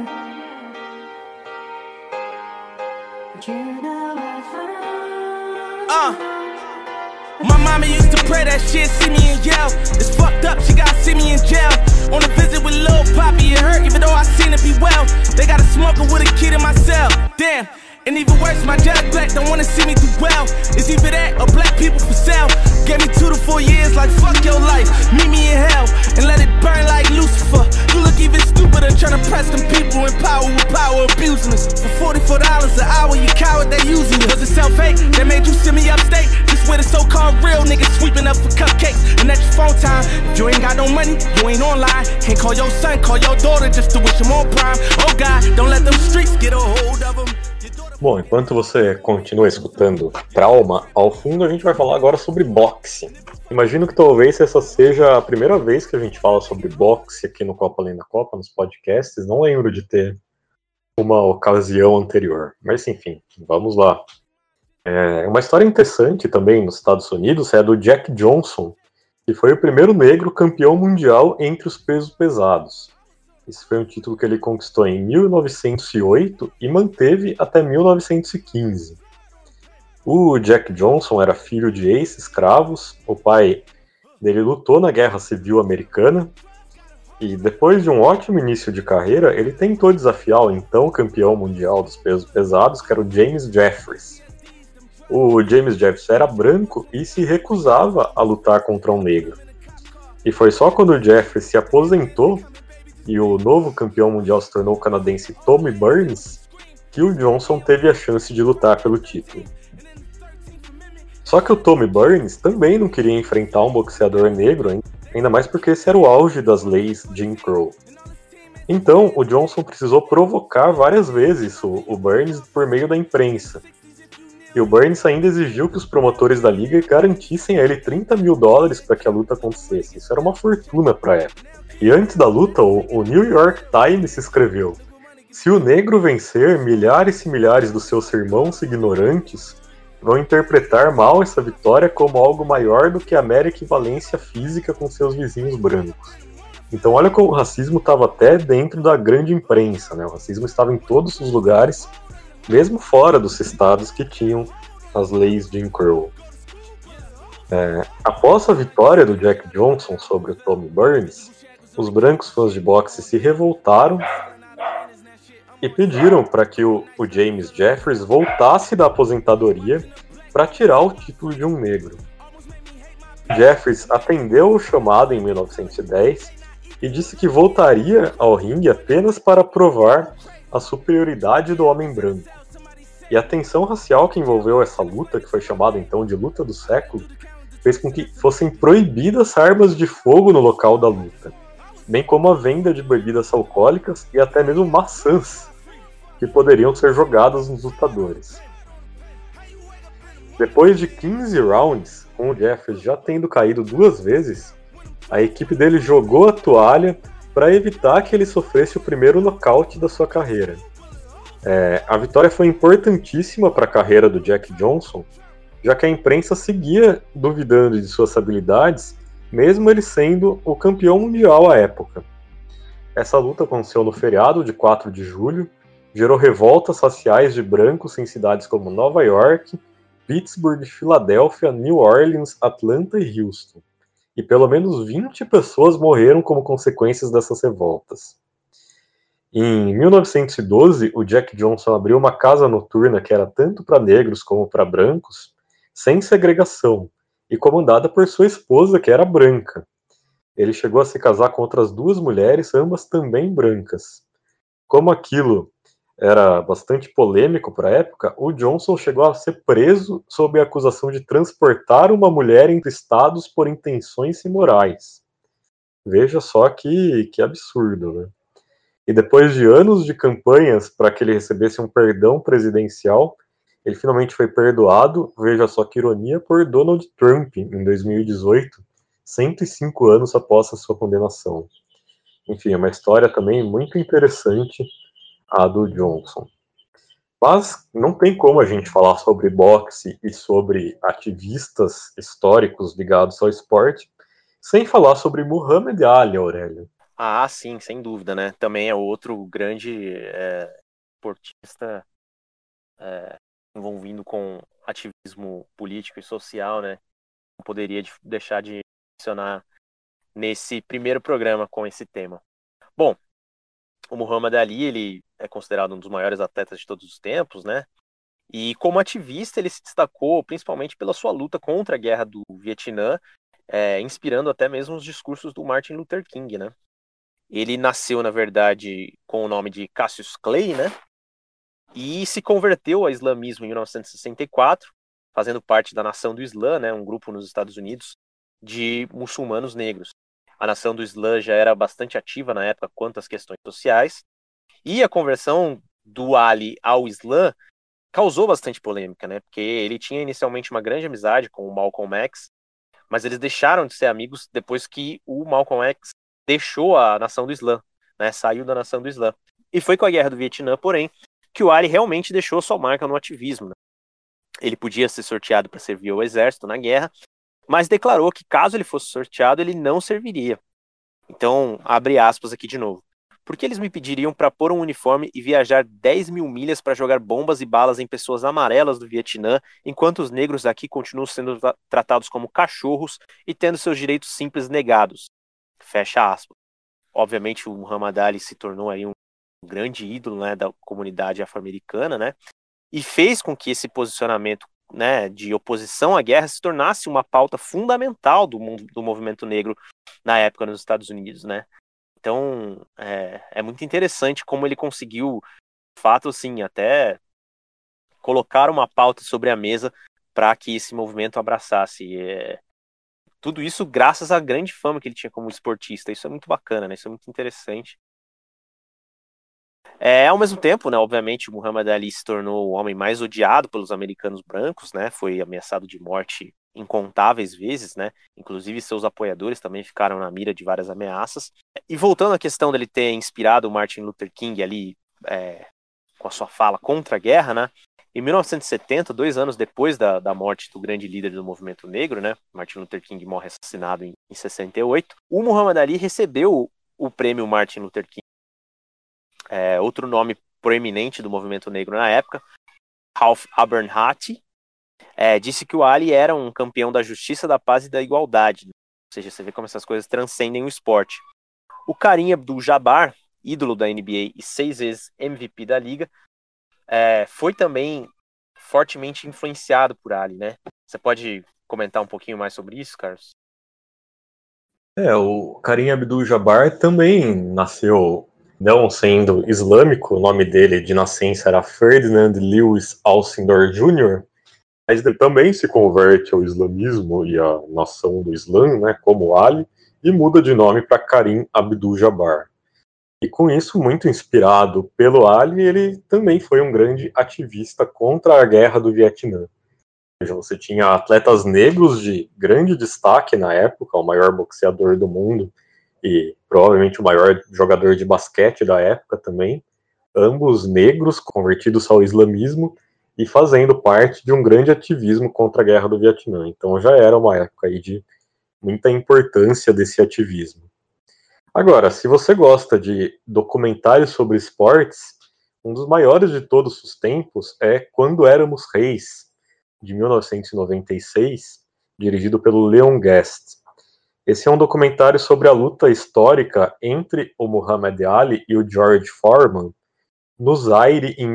but you know I found. My mama used to pray that shit, see me and yell. It's fucked up, she gotta see me in jail. On a visit with Lil Poppy, it hurt even though I seen it be well. They got a smoker with a kid in my cell. Damn, and even worse, my judge black don't wanna see me do well. It's either that or black people for sale. Gave me 2 to 4 years, like fuck your life. Meet me in hell and let it burn like Lucifer. You look even stupider trying to press them people in power with power abusing us. For $44 an hour, you coward, they using you. Was it self-hate that made you send me upstate? This with a so-called real niggas sweeping up for cupcakes and that's your phone time. If you ain't got no money, you ain't online. Can't call your son, call your daughter just to wish him on prime. Oh God, don't let them streets get a hold of them. Bom, enquanto você continua escutando Trauma, ao fundo a gente vai falar agora sobre boxe. Imagino que talvez essa seja a primeira vez que a gente fala sobre boxe aqui no Copa Além da Copa, nos podcasts. Não lembro de ter uma ocasião anterior. Mas enfim, vamos lá. Uma história interessante também nos Estados Unidos é a do Jack Johnson, que foi o primeiro negro campeão mundial entre os pesos pesados. Esse foi um título que ele conquistou em 1908 e manteve até 1915. O Jack Johnson era filho de ex-escravos, o pai dele lutou na Guerra Civil Americana, e depois de um ótimo início de carreira, ele tentou desafiar o então campeão mundial dos pesos pesados, que era o James Jeffries. O James Jeffries era branco e se recusava a lutar contra um negro. E foi só quando o Jeffries se aposentou e o novo campeão mundial se tornou o canadense Tommy Burns, que o Johnson teve a chance de lutar pelo título. Só que o Tommy Burns também não queria enfrentar um boxeador negro, ainda mais porque esse era o auge das leis Jim Crow. Então, o Johnson precisou provocar várias vezes o Burns por meio da imprensa. E o Burns ainda exigiu que os promotores da liga garantissem a ele $30 mil para que a luta acontecesse. Isso era uma fortuna para a época. E antes da luta, o New York Times escreveu: se o negro vencer, milhares e milhares dos seus irmãos ignorantes vão interpretar mal essa vitória como algo maior do que a mera equivalência física com seus vizinhos brancos. Então olha como o racismo estava até dentro da grande imprensa, né? O racismo estava em todos os lugares, mesmo fora dos estados que tinham as leis Jim Crow. Após a vitória do Jack Johnson sobre o Tommy Burns, os brancos fãs de boxe se revoltaram e pediram para que o James Jeffries voltasse da aposentadoria para tirar o título de um negro. Jeffries atendeu o chamado em 1910 e disse que voltaria ao ringue apenas para provar a superioridade do homem branco. E a tensão racial que envolveu essa luta, que foi chamada então de Luta do Século, fez com que fossem proibidas armas de fogo no local da luta, bem como a venda de bebidas alcoólicas e até mesmo maçãs, que poderiam ser jogadas nos lutadores. Depois de 15 rounds, com o Jeffries já tendo caído 2 vezes, a equipe dele jogou a toalha para evitar que ele sofresse o primeiro nocaute da sua carreira. A vitória foi importantíssima para a carreira do Jack Johnson, já que a imprensa seguia duvidando de suas habilidades, mesmo ele sendo o campeão mundial à época. Essa luta aconteceu no feriado de 4 de julho, gerou revoltas raciais de brancos em cidades como Nova York, Pittsburgh, Filadélfia, New Orleans, Atlanta e Houston. E pelo menos 20 pessoas morreram como consequências dessas revoltas. Em 1912, o Jack Johnson abriu uma casa noturna que era tanto para negros como para brancos, sem segregação, e comandada por sua esposa, que era branca. Ele chegou a se casar com outras 2 mulheres, ambas também brancas. Como aquilo era bastante polêmico para a época, o Johnson chegou a ser preso sob a acusação de transportar uma mulher entre estados por intenções imorais. Veja só que absurdo, né? E depois de anos de campanhas para que ele recebesse um perdão presidencial, ele finalmente foi perdoado, veja só que ironia, por Donald Trump em 2018, 105 anos após a sua condenação. Enfim, é uma história também muito interessante, a do Johnson. Mas não tem como a gente falar sobre boxe e sobre ativistas históricos ligados ao esporte sem falar sobre Muhammad Ali, Aurélio. Ah, sim, sem dúvida, né? Também é outro grande esportista envolvido com ativismo político e social, né? Não poderia deixar de mencionar nesse primeiro programa com esse tema. Bom, o Muhammad Ali, ele é considerado um dos maiores atletas de todos os tempos, né? E como ativista, ele se destacou principalmente pela sua luta contra a guerra do Vietnã, inspirando até mesmo os discursos do Martin Luther King, né? Ele nasceu, na verdade, com o nome de Cassius Clay, né? E se converteu ao islamismo em 1964, fazendo parte da Nação do Islã, né, um grupo nos Estados Unidos de muçulmanos negros. A Nação do Islã já era bastante ativa na época quanto às questões sociais, e a conversão do Ali ao Islã causou bastante polêmica, né, porque ele tinha inicialmente uma grande amizade com o Malcolm X, mas eles deixaram de ser amigos depois que o Malcolm X deixou a Nação do Islã, né, saiu da Nação do Islã. E foi com a Guerra do Vietnã, porém, que o Ali realmente deixou sua marca no ativismo, né? Ele podia ser sorteado para servir ao exército na guerra, mas declarou que caso ele fosse sorteado, ele não serviria. Então, abre aspas aqui de novo. Porque eles me pediriam para pôr um uniforme e viajar 10 mil milhas para jogar bombas e balas em pessoas amarelas do Vietnã, enquanto os negros aqui continuam sendo tratados como cachorros e tendo seus direitos simples negados. Fecha aspas. Obviamente, o Muhammad Ali se tornou aí um grande ídolo, né, da comunidade afro-americana, né, e fez com que esse posicionamento, né, de oposição à guerra se tornasse uma pauta fundamental do movimento negro na época nos Estados Unidos, né. Então, é muito interessante como ele conseguiu, de fato, assim, até colocar uma pauta sobre a mesa para que esse movimento abraçasse. Tudo isso graças à grande fama que ele tinha como esportista. Isso é muito bacana, né? Isso é muito interessante. Ao mesmo tempo, né, obviamente, o Muhammad Ali se tornou o homem mais odiado pelos americanos brancos, né, foi ameaçado de morte incontáveis vezes, né, inclusive seus apoiadores também ficaram na mira de várias ameaças. E voltando à questão dele ter inspirado o Martin Luther King ali com a sua fala contra a guerra, né, em 1970, 2 anos depois da morte do grande líder do movimento negro, né, Martin Luther King morre assassinado em 68, o Muhammad Ali recebeu o prêmio Martin Luther King. Outro nome proeminente do movimento negro na época, Ralph Abernathy, disse que o Ali era um campeão da justiça, da paz e da igualdade. Ou seja, você vê como essas coisas transcendem o esporte. O Kareem Abdul-Jabbar, ídolo da NBA e 6 vezes MVP da liga, foi também fortemente influenciado por Ali, né? Você pode comentar um pouquinho mais sobre isso, Carlos? O Kareem Abdul-Jabbar também nasceu, não sendo islâmico, o nome dele de nascença era Ferdinand Lewis Alcindor Jr., mas ele também se converte ao islamismo e à nação do Islã, né, como Ali, e muda de nome para Kareem Abdul-Jabbar. E com isso, muito inspirado pelo Ali, ele também foi um grande ativista contra a guerra do Vietnã. Ou seja, você tinha atletas negros de grande destaque na época, o maior boxeador do mundo, e provavelmente o maior jogador de basquete da época também, ambos negros, convertidos ao islamismo e fazendo parte de um grande ativismo contra a guerra do Vietnã. Então já era uma época aí de muita importância desse ativismo. Agora, se você gosta de documentários sobre esportes, um dos maiores de todos os tempos é Quando Éramos Reis, de 1996, dirigido pelo Leon Guest. Esse é um documentário sobre a luta histórica entre o Muhammad Ali e o George Foreman no Zaire em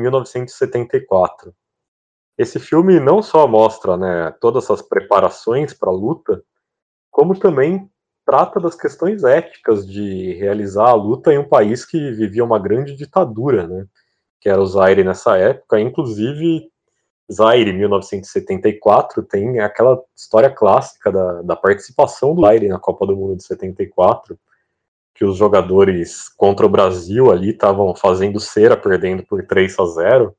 1974. Esse filme não só mostra, né, todas as preparações para a luta, como também trata das questões éticas de realizar a luta em um país que vivia uma grande ditadura, né, que era o Zaire nessa época. Inclusive, Zaire, 1974, tem aquela história clássica da participação do Zaire na Copa do Mundo de 74, que os jogadores contra o Brasil ali estavam fazendo cera, perdendo por 3-0,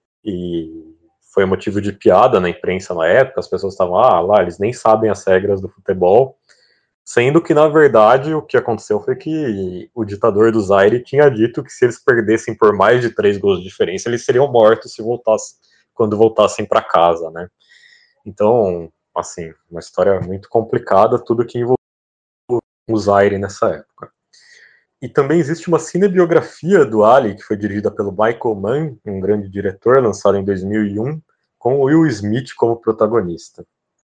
e foi motivo de piada na imprensa na época. As pessoas estavam, lá, eles nem sabem as regras do futebol, sendo que, na verdade, o que aconteceu foi que o ditador do Zaire tinha dito que se eles perdessem por mais de 3 gols de diferença, eles seriam mortos quando voltassem para casa, né? Então, assim, uma história muito complicada, tudo que envolveu o Zaire nessa época. E também existe uma cinebiografia do Ali, que foi dirigida pelo Michael Mann, um grande diretor, lançada em 2001, com o Will Smith como protagonista.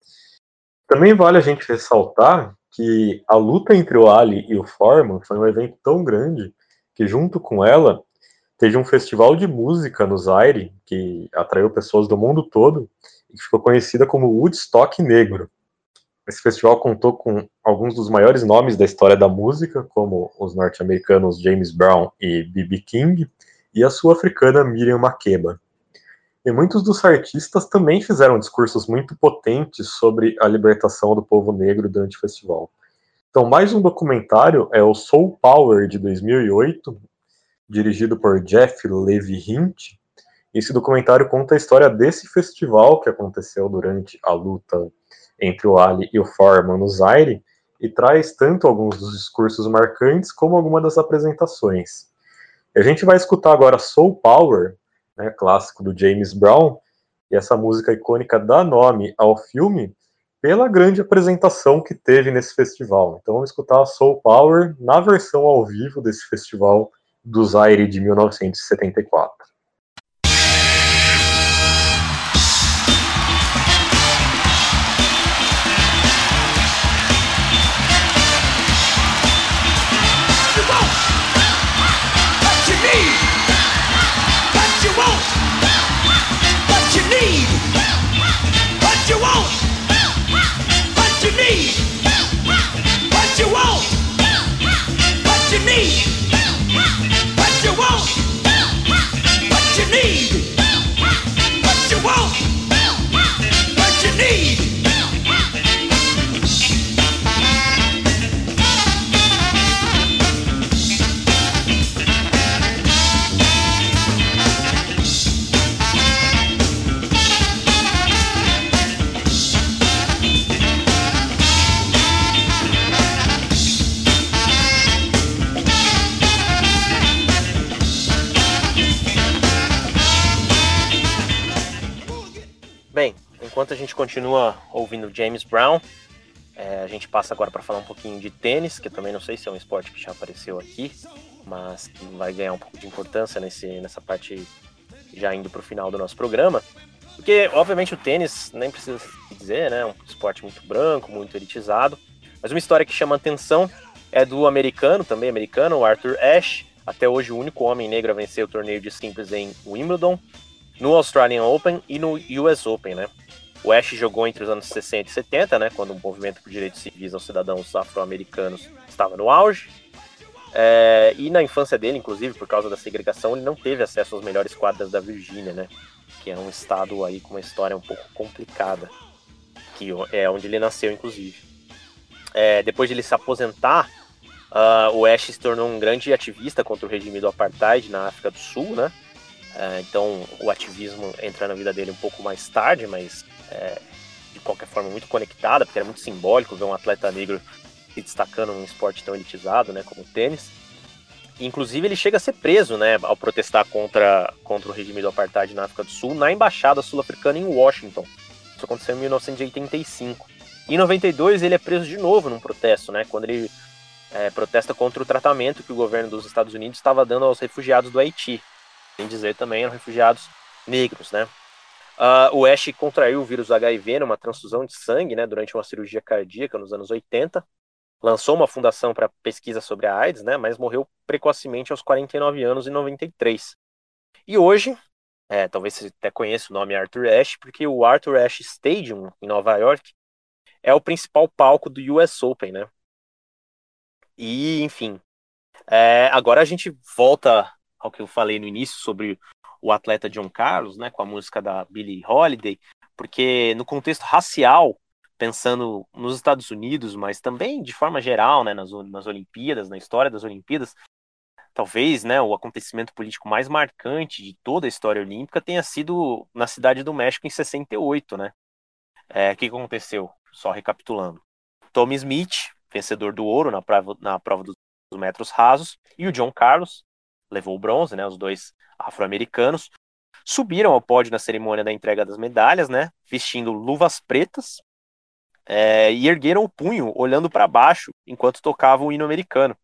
Também vale a gente ressaltar que a luta entre o Ali e o Foreman foi um evento tão grande que, junto com ela, teve um festival de música no Zaire, que atraiu pessoas do mundo todo, e que ficou conhecida como Woodstock Negro. Esse festival contou com alguns dos maiores nomes da história da música, como os norte-americanos James Brown e B.B. King, e a sul-africana Miriam Makeba. E muitos dos artistas também fizeram discursos muito potentes sobre a libertação do povo negro durante o festival. Então, mais um documentário é o Soul Power, de 2008, dirigido por Jeff Levy-Hint. Esse documentário conta a história desse festival que aconteceu durante a luta entre o Ali e o Foreman no Zaire, e traz tanto alguns dos discursos marcantes como algumas das apresentações. E a gente vai escutar agora Soul Power, né, clássico do James Brown, e essa música icônica dá nome ao filme pela grande apresentação que teve nesse festival. Então vamos escutar Soul Power na versão ao vivo desse festival do Zaire de 1974. Bem, enquanto a gente continua ouvindo James Brown, a gente passa agora para falar um pouquinho de tênis, que eu também não sei se é um esporte que já apareceu aqui, mas que vai ganhar um pouco de importância nessa parte já indo para o final do nosso programa. Porque, obviamente, o tênis, nem precisa dizer, né, é um esporte muito branco, muito elitizado, mas uma história que chama atenção é do também americano, o Arthur Ashe, até hoje o único homem negro a vencer o torneio de simples em Wimbledon, no Australian Open e no US Open, né? O Ashe jogou entre os anos 60 e 70, né, quando o movimento por direitos civis aos cidadãos afro-americanos estava no auge. E na infância dele, inclusive, por causa da segregação, ele não teve acesso às melhores quadras da Virgínia, né? Que é um estado aí com uma história um pouco complicada, que é onde ele nasceu, inclusive. Depois de ele se aposentar, o Ashe se tornou um grande ativista contra o regime do apartheid na África do Sul, né? Então o ativismo entra na vida dele um pouco mais tarde, mas de qualquer forma muito conectada, porque era muito simbólico ver um atleta negro se destacando num esporte tão elitizado, né, como o tênis. E, inclusive ele chega a ser preso, né, ao protestar contra o regime do apartheid na África do Sul na embaixada sul-africana em Washington. Isso aconteceu em 1985. Em 92 ele é preso de novo num protesto, né, quando ele protesta contra o tratamento que o governo dos Estados Unidos estava dando aos refugiados do Haiti. Sem dizer também eram refugiados negros, né? O Ashe contraiu o vírus HIV numa transfusão de sangue, né, durante uma cirurgia cardíaca nos anos 80. Lançou uma fundação para pesquisa sobre a AIDS, né, mas morreu precocemente aos 49 anos em 93. E hoje, talvez você até conheça o nome Arthur Ashe, porque o Arthur Ashe Stadium, em Nova York, é o principal palco do US Open, né? E, enfim, agora a gente volta ao que eu falei no início sobre o atleta John Carlos, né, com a música da Billie Holiday, porque no contexto racial, pensando nos Estados Unidos, mas também de forma geral, né, nas Olimpíadas, na história das Olimpíadas, talvez, né, o acontecimento político mais marcante de toda a história olímpica tenha sido na Cidade do México em 68, né? O que aconteceu? Só recapitulando. Tommy Smith, vencedor do ouro na prova dos metros rasos, e o John Carlos, levou o bronze, né, os dois afro-americanos, subiram ao pódio na cerimônia da entrega das medalhas, né, vestindo luvas pretas, e ergueram o punho, olhando para baixo, enquanto tocavam o hino americano,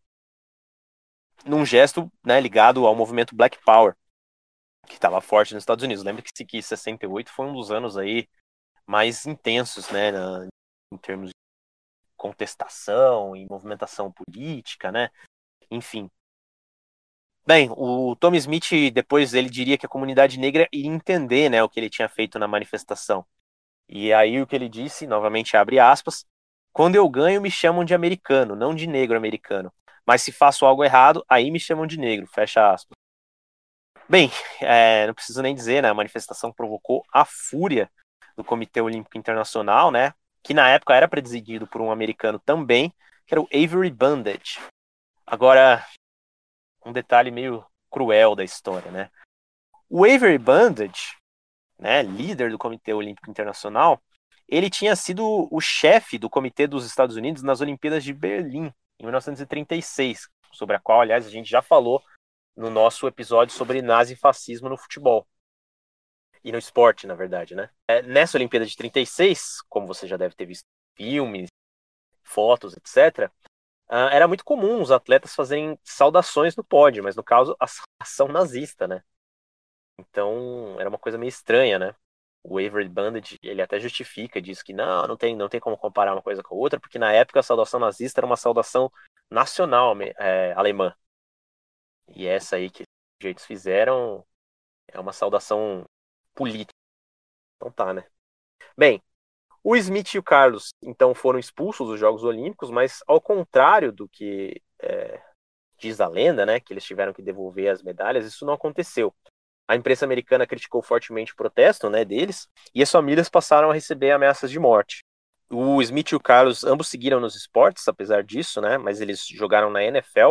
num gesto, né, ligado ao movimento Black Power, que estava forte nos Estados Unidos. Lembre-se que 68 foi um dos anos aí mais intensos, né, em termos de contestação e movimentação política, né, enfim. Bem, o Tommy Smith, depois ele diria que a comunidade negra iria entender, né, o que ele tinha feito na manifestação. E aí o que ele disse, novamente abre aspas, quando eu ganho me chamam de americano, não de negro americano. Mas se faço algo errado, aí me chamam de negro, fecha aspas. Bem, não preciso nem dizer, né? A manifestação provocou a fúria do Comitê Olímpico Internacional, né? Que na época era presidido por um americano também, que era o Avery Brundage. Agora, um detalhe meio cruel da história, né? O Avery Brundage, né, líder do Comitê Olímpico Internacional, ele tinha sido o chefe do Comitê dos Estados Unidos nas Olimpíadas de Berlim, em 1936, sobre a qual, aliás, a gente já falou no nosso episódio sobre nazifascismo no futebol. E no esporte, na verdade, né? Nessa Olimpíada de 36, como você já deve ter visto filmes, fotos, etc., era muito comum os atletas fazerem saudações no pódio, mas no caso, a saudação nazista, né? Então, era uma coisa meio estranha, né? O Avery Brundage, ele até justifica, diz que não tem como comparar uma coisa com a outra, porque na época a saudação nazista era uma saudação nacional alemã. E essa aí que os sujeitos fizeram é uma saudação política. Então tá, né? Bem, o Smith e o Carlos, então, foram expulsos dos Jogos Olímpicos, mas ao contrário do que diz a lenda, né, que eles tiveram que devolver as medalhas, isso não aconteceu. A imprensa americana criticou fortemente o protesto, né, deles, e as famílias passaram a receber ameaças de morte. O Smith e o Carlos ambos seguiram nos esportes, apesar disso, né, mas eles jogaram na NFL,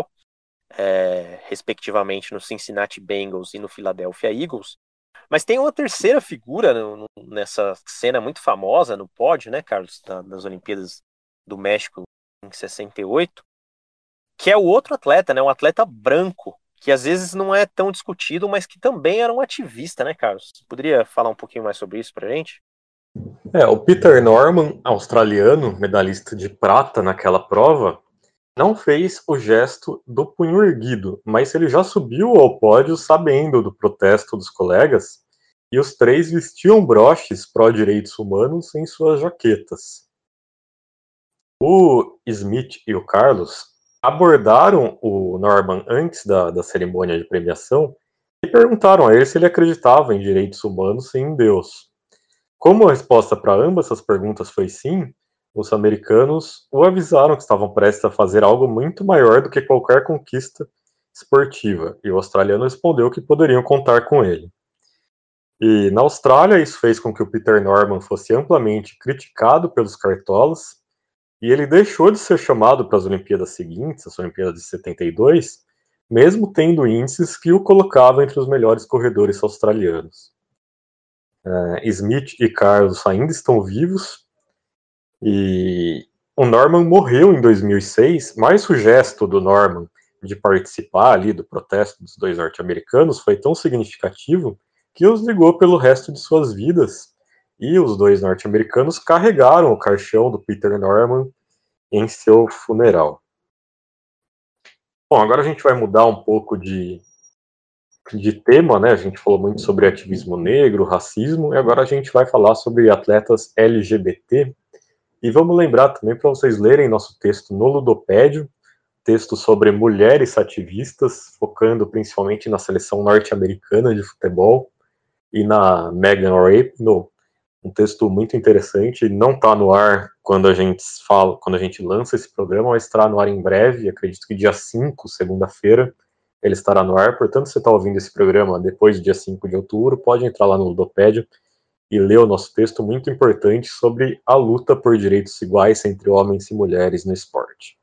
respectivamente no Cincinnati Bengals e no Philadelphia Eagles. Mas tem uma terceira figura nessa cena muito famosa no pódio, né, Carlos, das Olimpíadas do México em 68, que é o outro atleta, né, um atleta branco, que às vezes não é tão discutido, mas que também era um ativista, né, Carlos? Você poderia falar um pouquinho mais sobre isso pra gente? O Peter Norman, australiano, medalhista de prata naquela prova, não fez o gesto do punho erguido, mas ele já subiu ao pódio sabendo do protesto dos colegas, e os três vestiam broches pró-direitos humanos em suas jaquetas. O Smith e o Carlos abordaram o Norman antes da cerimônia de premiação e perguntaram a ele se ele acreditava em direitos humanos e em Deus. Como a resposta para ambas essas perguntas foi sim, os americanos o avisaram que estavam prestes a fazer algo muito maior do que qualquer conquista esportiva, e o australiano respondeu que poderiam contar com ele. E na Austrália, isso fez com que o Peter Norman fosse amplamente criticado pelos cartolas, e ele deixou de ser chamado para as Olimpíadas seguintes, as Olimpíadas de 72, mesmo tendo índices que o colocavam entre os melhores corredores australianos. Smith e Carlos ainda estão vivos, e o Norman morreu em 2006, mas o gesto do Norman de participar ali do protesto dos dois norte-americanos foi tão significativo que os ligou pelo resto de suas vidas, e os dois norte-americanos carregaram o caixão do Peter Norman em seu funeral. Bom, agora a gente vai mudar um pouco de tema, né? A gente falou muito sobre ativismo negro, racismo, e agora a gente vai falar sobre atletas LGBT. E vamos lembrar também para vocês lerem nosso texto no Ludopédio, texto sobre mulheres ativistas, focando principalmente na seleção norte-americana de futebol e na Megan Rapinoe, um texto muito interessante. Não está no ar quando a gente lança esse programa, mas estará no ar em breve, acredito que dia 5, segunda-feira, ele estará no ar. Portanto, se você está ouvindo esse programa depois do dia 5 de outubro, pode entrar lá no Ludopédio e ler o nosso texto muito importante sobre a luta por direitos iguais entre homens e mulheres no esporte.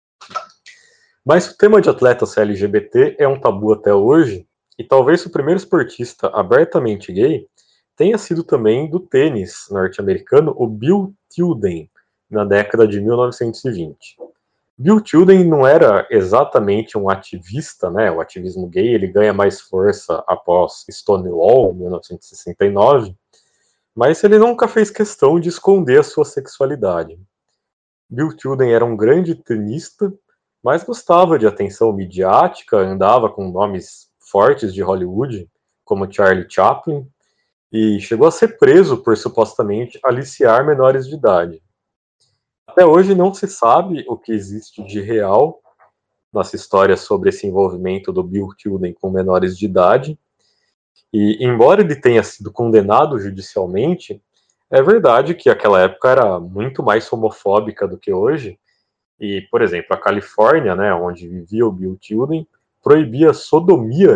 Mas o tema de atletas LGBT é um tabu até hoje, e talvez o primeiro esportista abertamente gay tenha sido também do tênis norte-americano, o Bill Tilden, na década de 1920. Bill Tilden não era exatamente um ativista, né? O ativismo gay ele ganha mais força após Stonewall, em 1969, mas ele nunca fez questão de esconder a sua sexualidade. Bill Tilden era um grande tenista, mas gostava de atenção midiática, andava com nomes fortes de Hollywood, como Charlie Chaplin, e chegou a ser preso por supostamente aliciar menores de idade. Até hoje não se sabe o que existe de real nessa história sobre esse envolvimento do Bill Tilden com menores de idade, e embora ele tenha sido condenado judicialmente, é verdade que aquela época era muito mais homofóbica do que hoje, e, por exemplo, a Califórnia, né, onde vivia o Bill Tilden, proibia sodomia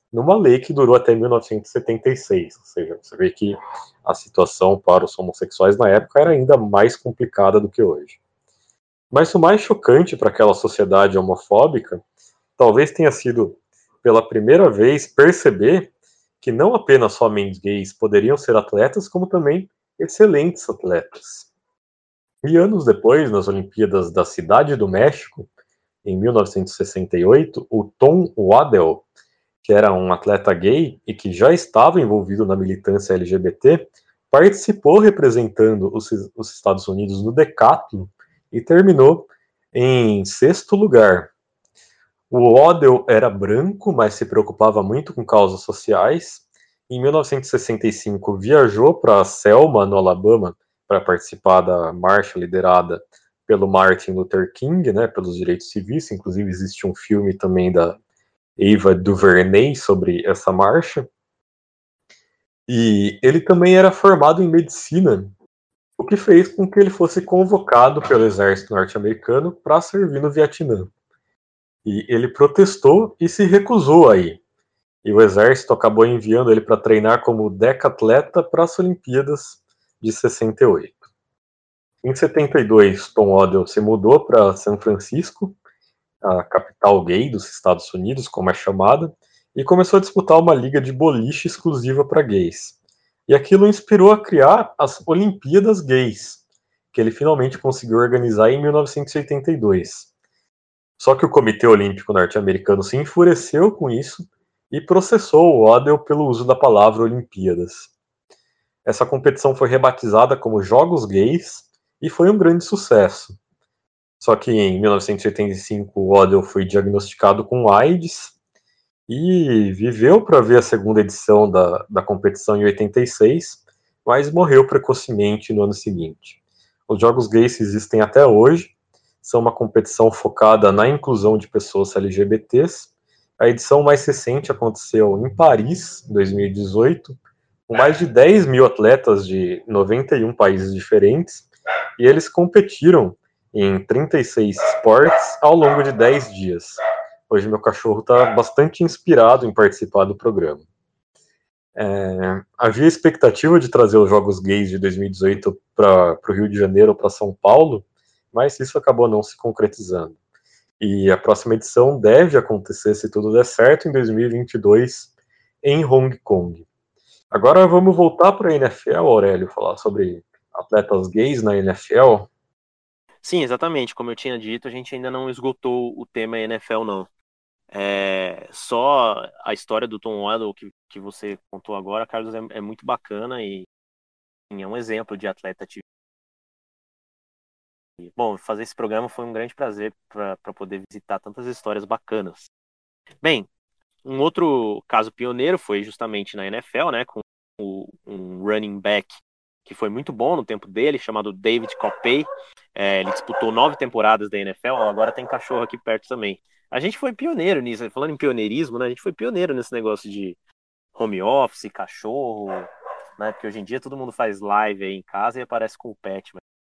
numa lei que durou até 1976. Ou seja, você vê que a situação para os homossexuais na época era ainda mais complicada do que hoje. Mas o mais chocante para aquela sociedade homofóbica talvez tenha sido, pela primeira vez, perceber que não apenas homens gays poderiam ser atletas, como também excelentes atletas. E anos depois, nas Olimpíadas da Cidade do México, em 1968, o Tom Waddell, que era um atleta gay e que já estava envolvido na militância LGBT, participou representando os Estados Unidos no decathlon e terminou em 6º lugar. O Waddell era branco, mas se preocupava muito com causas sociais. Em 1965, viajou para Selma, no Alabama, para participar da marcha liderada pelo Martin Luther King, né, pelos direitos civis. Inclusive, existe um filme também da Ava DuVernay sobre essa marcha. E ele também era formado em medicina, o que fez com que ele fosse convocado pelo exército norte-americano para servir no Vietnã. E ele protestou e se recusou a ir. E o exército acabou enviando ele para treinar como decatleta para as Olimpíadas de 68. Em 72, Tom Waddell se mudou para São Francisco, a capital gay dos Estados Unidos, como é chamada, e começou a disputar uma liga de boliche exclusiva para gays. E aquilo inspirou a criar as Olimpíadas Gays, que ele finalmente conseguiu organizar em 1982. Só que o Comitê Olímpico norte-americano se enfureceu com isso e processou o Waddell pelo uso da palavra Olimpíadas. Essa competição foi rebatizada como Jogos Gays e foi um grande sucesso. Só que em 1985 o Waddell foi diagnosticado com AIDS e viveu para ver a segunda edição da competição em 86, mas morreu precocemente no ano seguinte. Os Jogos Gays existem até hoje, são uma competição focada na inclusão de pessoas LGBTs. A edição mais recente aconteceu em Paris, em 2018, com mais de 10 mil atletas de 91 países diferentes, e eles competiram em 36 esportes ao longo de 10 dias. Hoje meu cachorro está bastante inspirado em participar do programa. Havia expectativa de trazer os Jogos Gays de 2018 para o Rio de Janeiro ou para São Paulo, mas isso acabou não se concretizando. E a próxima edição deve acontecer, se tudo der certo, em 2022, em Hong Kong. Agora vamos voltar para a NFL, Aurélio, falar sobre atletas gays na NFL. Sim, exatamente. Como eu tinha dito, a gente ainda não esgotou o tema NFL, não. Só a história do Tom Waddell que você contou agora, Carlos, é muito bacana e é um exemplo de atleta ativo. Bom, fazer esse programa foi um grande prazer para poder visitar tantas histórias bacanas. Bem, um outro caso pioneiro foi justamente na NFL, né, com um running back que foi muito bom no tempo dele, chamado David Copey. Ele disputou 9 temporadas da NFL, agora tem cachorro aqui perto também. A gente foi pioneiro nisso, falando em pioneirismo, né, a gente foi pioneiro nesse negócio de home office, cachorro, né, porque hoje em dia todo mundo faz live aí em casa e aparece com o pet, mas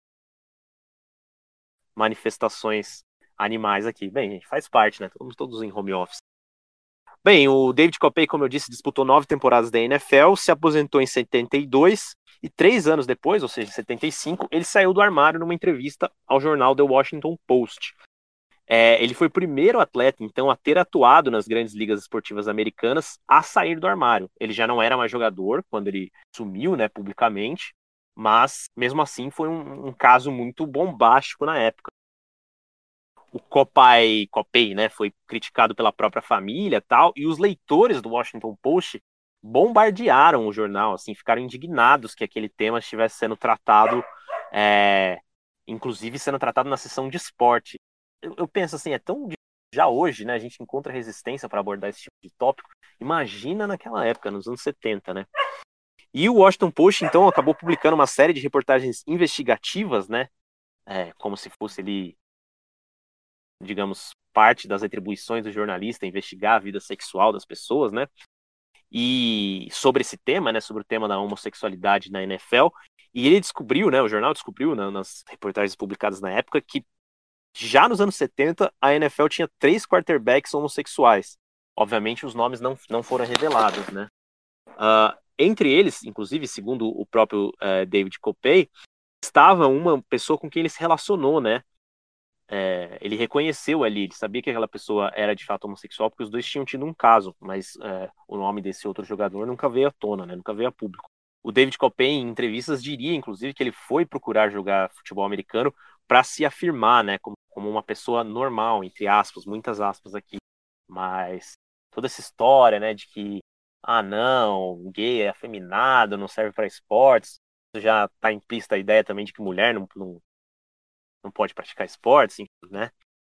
manifestações animais aqui. Bem, gente, faz parte, né? Todos em home office. Bem, o David Copey, como eu disse, disputou 9 temporadas da NFL, se aposentou em 72 e 3 anos depois, ou seja, em 75, ele saiu do armário numa entrevista ao jornal The Washington Post. Ele foi o primeiro atleta, então, a ter atuado nas grandes ligas esportivas americanas a sair do armário. Ele já não era mais jogador quando ele sumiu, né, publicamente, mas, mesmo assim, foi um caso muito bombástico na época. O Copey, né, foi criticado pela própria família e tal, e os leitores do Washington Post bombardearam o jornal, assim, ficaram indignados que aquele tema estivesse sendo tratado, inclusive sendo tratado na seção de esporte. Eu penso assim, já hoje, né, a gente encontra resistência para abordar esse tipo de tópico. Imagina naquela época, nos anos 70, né? E o Washington Post, então, acabou publicando uma série de reportagens investigativas, né? Como se fosse ali, digamos, parte das atribuições do jornalista investigar a vida sexual das pessoas, né? E sobre esse tema, né? Sobre o tema da homossexualidade na NFL. E ele descobriu, né? O jornal descobriu, né, nas reportagens publicadas na época, que já nos anos 70 a NFL tinha 3 quarterbacks homossexuais. Obviamente os nomes não foram revelados, né? Entre eles, inclusive, segundo o próprio David Copey, estava uma pessoa com quem ele se relacionou, né? Ele reconheceu ali, ele sabia que aquela pessoa era de fato homossexual, porque os dois tinham tido um caso, mas o nome desse outro jogador nunca veio à tona, né? Nunca veio a público. O David Copey, em entrevistas, diria, inclusive, que ele foi procurar jogar futebol americano para se afirmar, né? Como uma pessoa normal, entre aspas, muitas aspas aqui. Mas toda essa história, né, de que não, gay é afeminado, não serve para esportes, já está implícita a ideia também de que mulher não pode praticar esportes, né?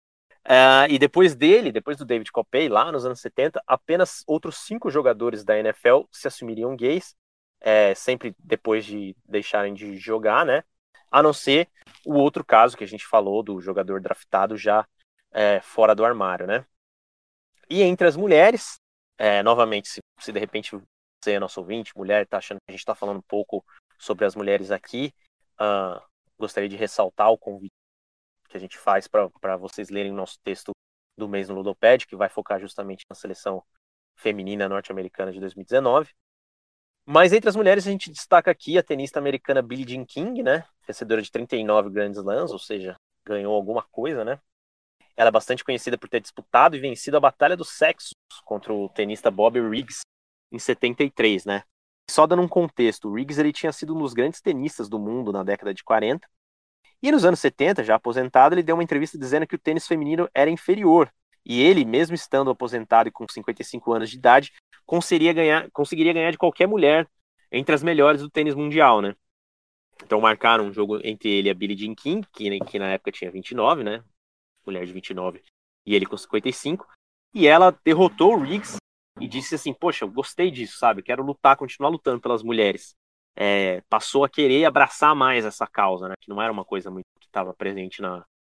E depois do David Copey, lá nos anos 70, apenas outros 5 jogadores da NFL se assumiriam gays, sempre depois de deixarem de jogar, né? A não ser o outro caso que a gente falou do jogador draftado já fora do armário, né? E entre as mulheres, novamente, se de repente você é nosso ouvinte, mulher, está achando que a gente está falando um pouco sobre as mulheres aqui, gostaria de ressaltar o convite que a gente faz para vocês lerem o nosso texto do mês no Ludoped, que vai focar justamente na seleção feminina norte-americana de 2019. Mas entre as mulheres a gente destaca aqui a tenista americana Billie Jean King, né? Vencedora de 39 Grand Slams, ou seja, ganhou alguma coisa, né? Ela é bastante conhecida por ter disputado e vencido a Batalha dos Sexos contra o tenista Bobby Riggs em 73, né? Só dando um contexto, o Riggs ele tinha sido um dos grandes tenistas do mundo na década de 40, e nos anos 70, já aposentado, ele deu uma entrevista dizendo que o tênis feminino era inferior, e ele, mesmo estando aposentado e com 55 anos de idade, conseguiria ganhar de qualquer mulher entre as melhores do tênis mundial, né? Então marcaram um jogo entre ele e a Billie Jean King, que na época tinha 29, né? Mulher de 29, e ele com 55, e ela derrotou o Riggs e disse assim, poxa, eu gostei disso, sabe? Quero continuar lutando pelas mulheres. Passou a querer abraçar mais essa causa, né? Que não era uma coisa muito que estava presente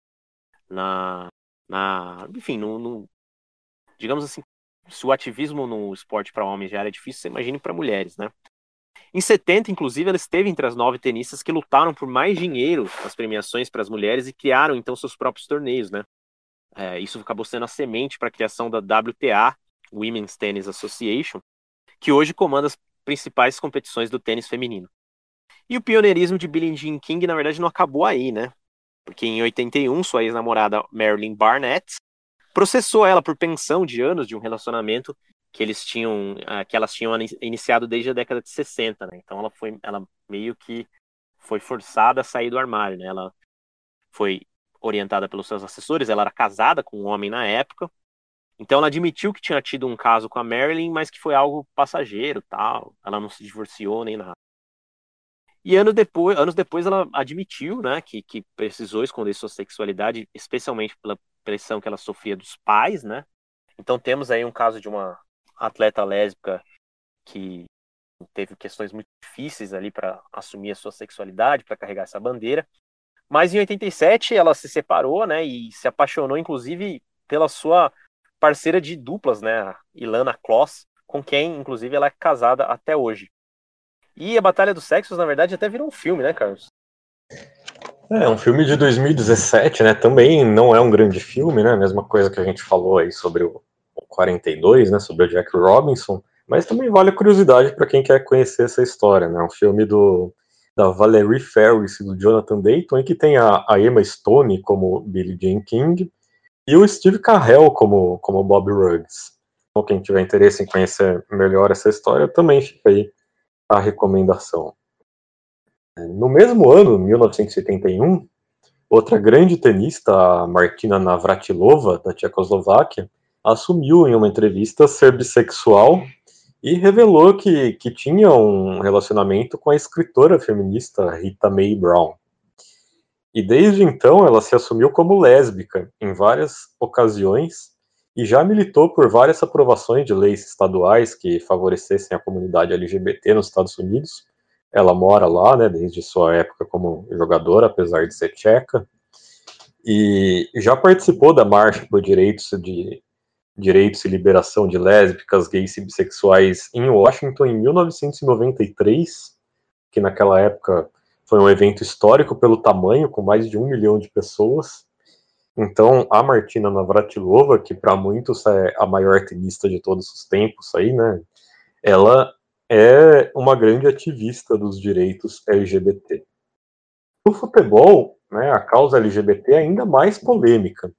enfim, digamos assim, se o ativismo no esporte para homens já era difícil, você imagine para mulheres, né? Em 70, inclusive, ela esteve entre as 9 tenistas que lutaram por mais dinheiro nas premiações para as mulheres e criaram, então, seus próprios torneios, né? Isso acabou sendo a semente para a criação da WTA, Women's Tennis Association, que hoje comanda as principais competições do tênis feminino. E o pioneirismo de Billie Jean King, na verdade, não acabou aí, né? Porque em 81, sua ex-namorada Marilyn Barnett processou ela por pensão de anos de um relacionamento que elas tinham iniciado desde a década de 60, né? Então ela meio que foi forçada a sair do armário, né? Ela foi orientada pelos seus assessores, ela era casada com um homem na época, então ela admitiu que tinha tido um caso com a Marilyn, mas que foi algo passageiro, tal. Ela não se divorciou nem nada. E anos depois ela admitiu, né, que precisou esconder sua sexualidade, especialmente pela pressão que ela sofria dos pais, né? Então temos aí um caso de uma atleta lésbica que teve questões muito difíceis ali para assumir a sua sexualidade, para carregar essa bandeira. Mas em 87 ela se separou, né, e se apaixonou inclusive pela sua parceira de duplas, né, a Ilana Kloss, com quem inclusive ela é casada até hoje. E a Batalha dos Sexos, na verdade, até virou um filme, né, Carlos? Um filme de 2017, né? Também não é um grande filme, né? Mesma coisa que a gente falou aí sobre o 42, né? Sobre o Jack Robinson. Mas também vale a curiosidade para quem quer conhecer essa história, né? Um filme da Valerie Ferris e do Jonathan Dayton, em que tem a Emma Stone como Billie Jean King e o Steve Carell como Bobby Riggs. Então, quem tiver interesse em conhecer melhor essa história, também fica aí a recomendação. No mesmo ano, 1971, outra grande tenista, a Martina Navratilova, da Tchecoslováquia, assumiu em uma entrevista ser bissexual e revelou que tinha um relacionamento com a escritora feminista Rita Mae Brown. E desde então ela se assumiu como lésbica em várias ocasiões e já militou por várias aprovações de leis estaduais que favorecessem a comunidade LGBT nos Estados Unidos. Ela mora lá, né, desde sua época como jogadora, apesar de ser tcheca, e já participou da Marcha por Direitos e Liberação de Lésbicas, Gays e Bissexuais em Washington em 1993, que naquela época foi um evento histórico pelo tamanho, com mais de 1 milhão de pessoas. Então, a Martina Navratilova, que para muitos é a maior tenista de todos os tempos aí, né? Ela é uma grande ativista dos direitos LGBT. No futebol, né, a causa LGBT é ainda mais polêmica.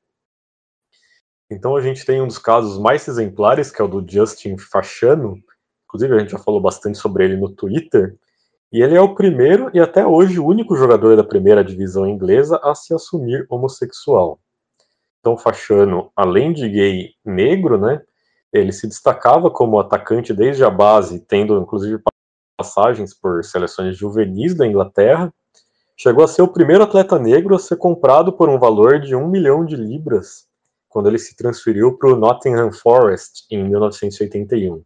Então a gente tem um dos casos mais exemplares, que é o do Justin Fashanu. Inclusive a gente já falou bastante sobre ele no Twitter. E ele é o primeiro e até hoje o único jogador da primeira divisão inglesa a se assumir homossexual. Então Fashanu, além de gay negro, né, ele se destacava como atacante desde a base, tendo inclusive passagens por seleções juvenis da Inglaterra. Chegou a ser o primeiro atleta negro a ser comprado por um valor de 1 milhão de libras, quando ele se transferiu para o Nottingham Forest em 1981.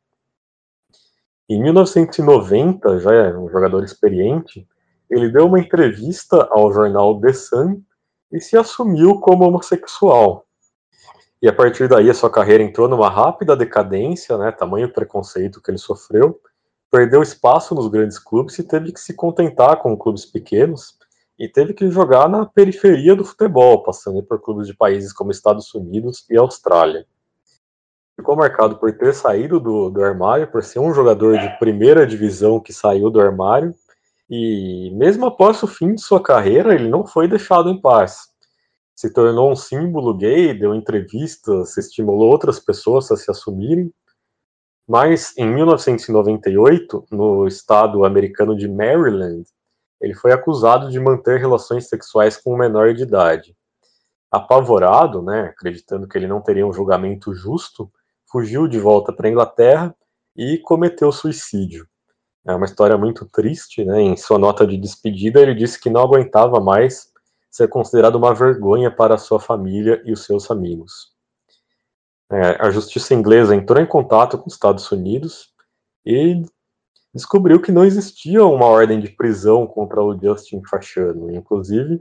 Em 1990, já é um jogador experiente, ele deu uma entrevista ao jornal The Sun e se assumiu como homossexual. E a partir daí a sua carreira entrou numa rápida decadência, né, tamanho preconceito que ele sofreu, perdeu espaço nos grandes clubes e teve que se contentar com clubes pequenos e teve que jogar na periferia do futebol, passando por clubes de países como Estados Unidos e Austrália. Ficou marcado por ter saído do armário, por ser um jogador de primeira divisão que saiu do armário, e mesmo após o fim de sua carreira, ele não foi deixado em paz. Se tornou um símbolo gay, deu entrevistas, estimulou outras pessoas a se assumirem. Mas em 1998, no estado americano de Maryland, ele foi acusado de manter relações sexuais com um menor de idade. Apavorado, né, acreditando que ele não teria um julgamento justo, fugiu de volta para a Inglaterra e cometeu suicídio. É uma história muito triste, né? Em sua nota de despedida, ele disse que não aguentava mais ser considerado uma vergonha para a sua família e os seus amigos. A justiça inglesa entrou em contato com os Estados Unidos e descobriu que não existia uma ordem de prisão contra o Justin Fashanu. Inclusive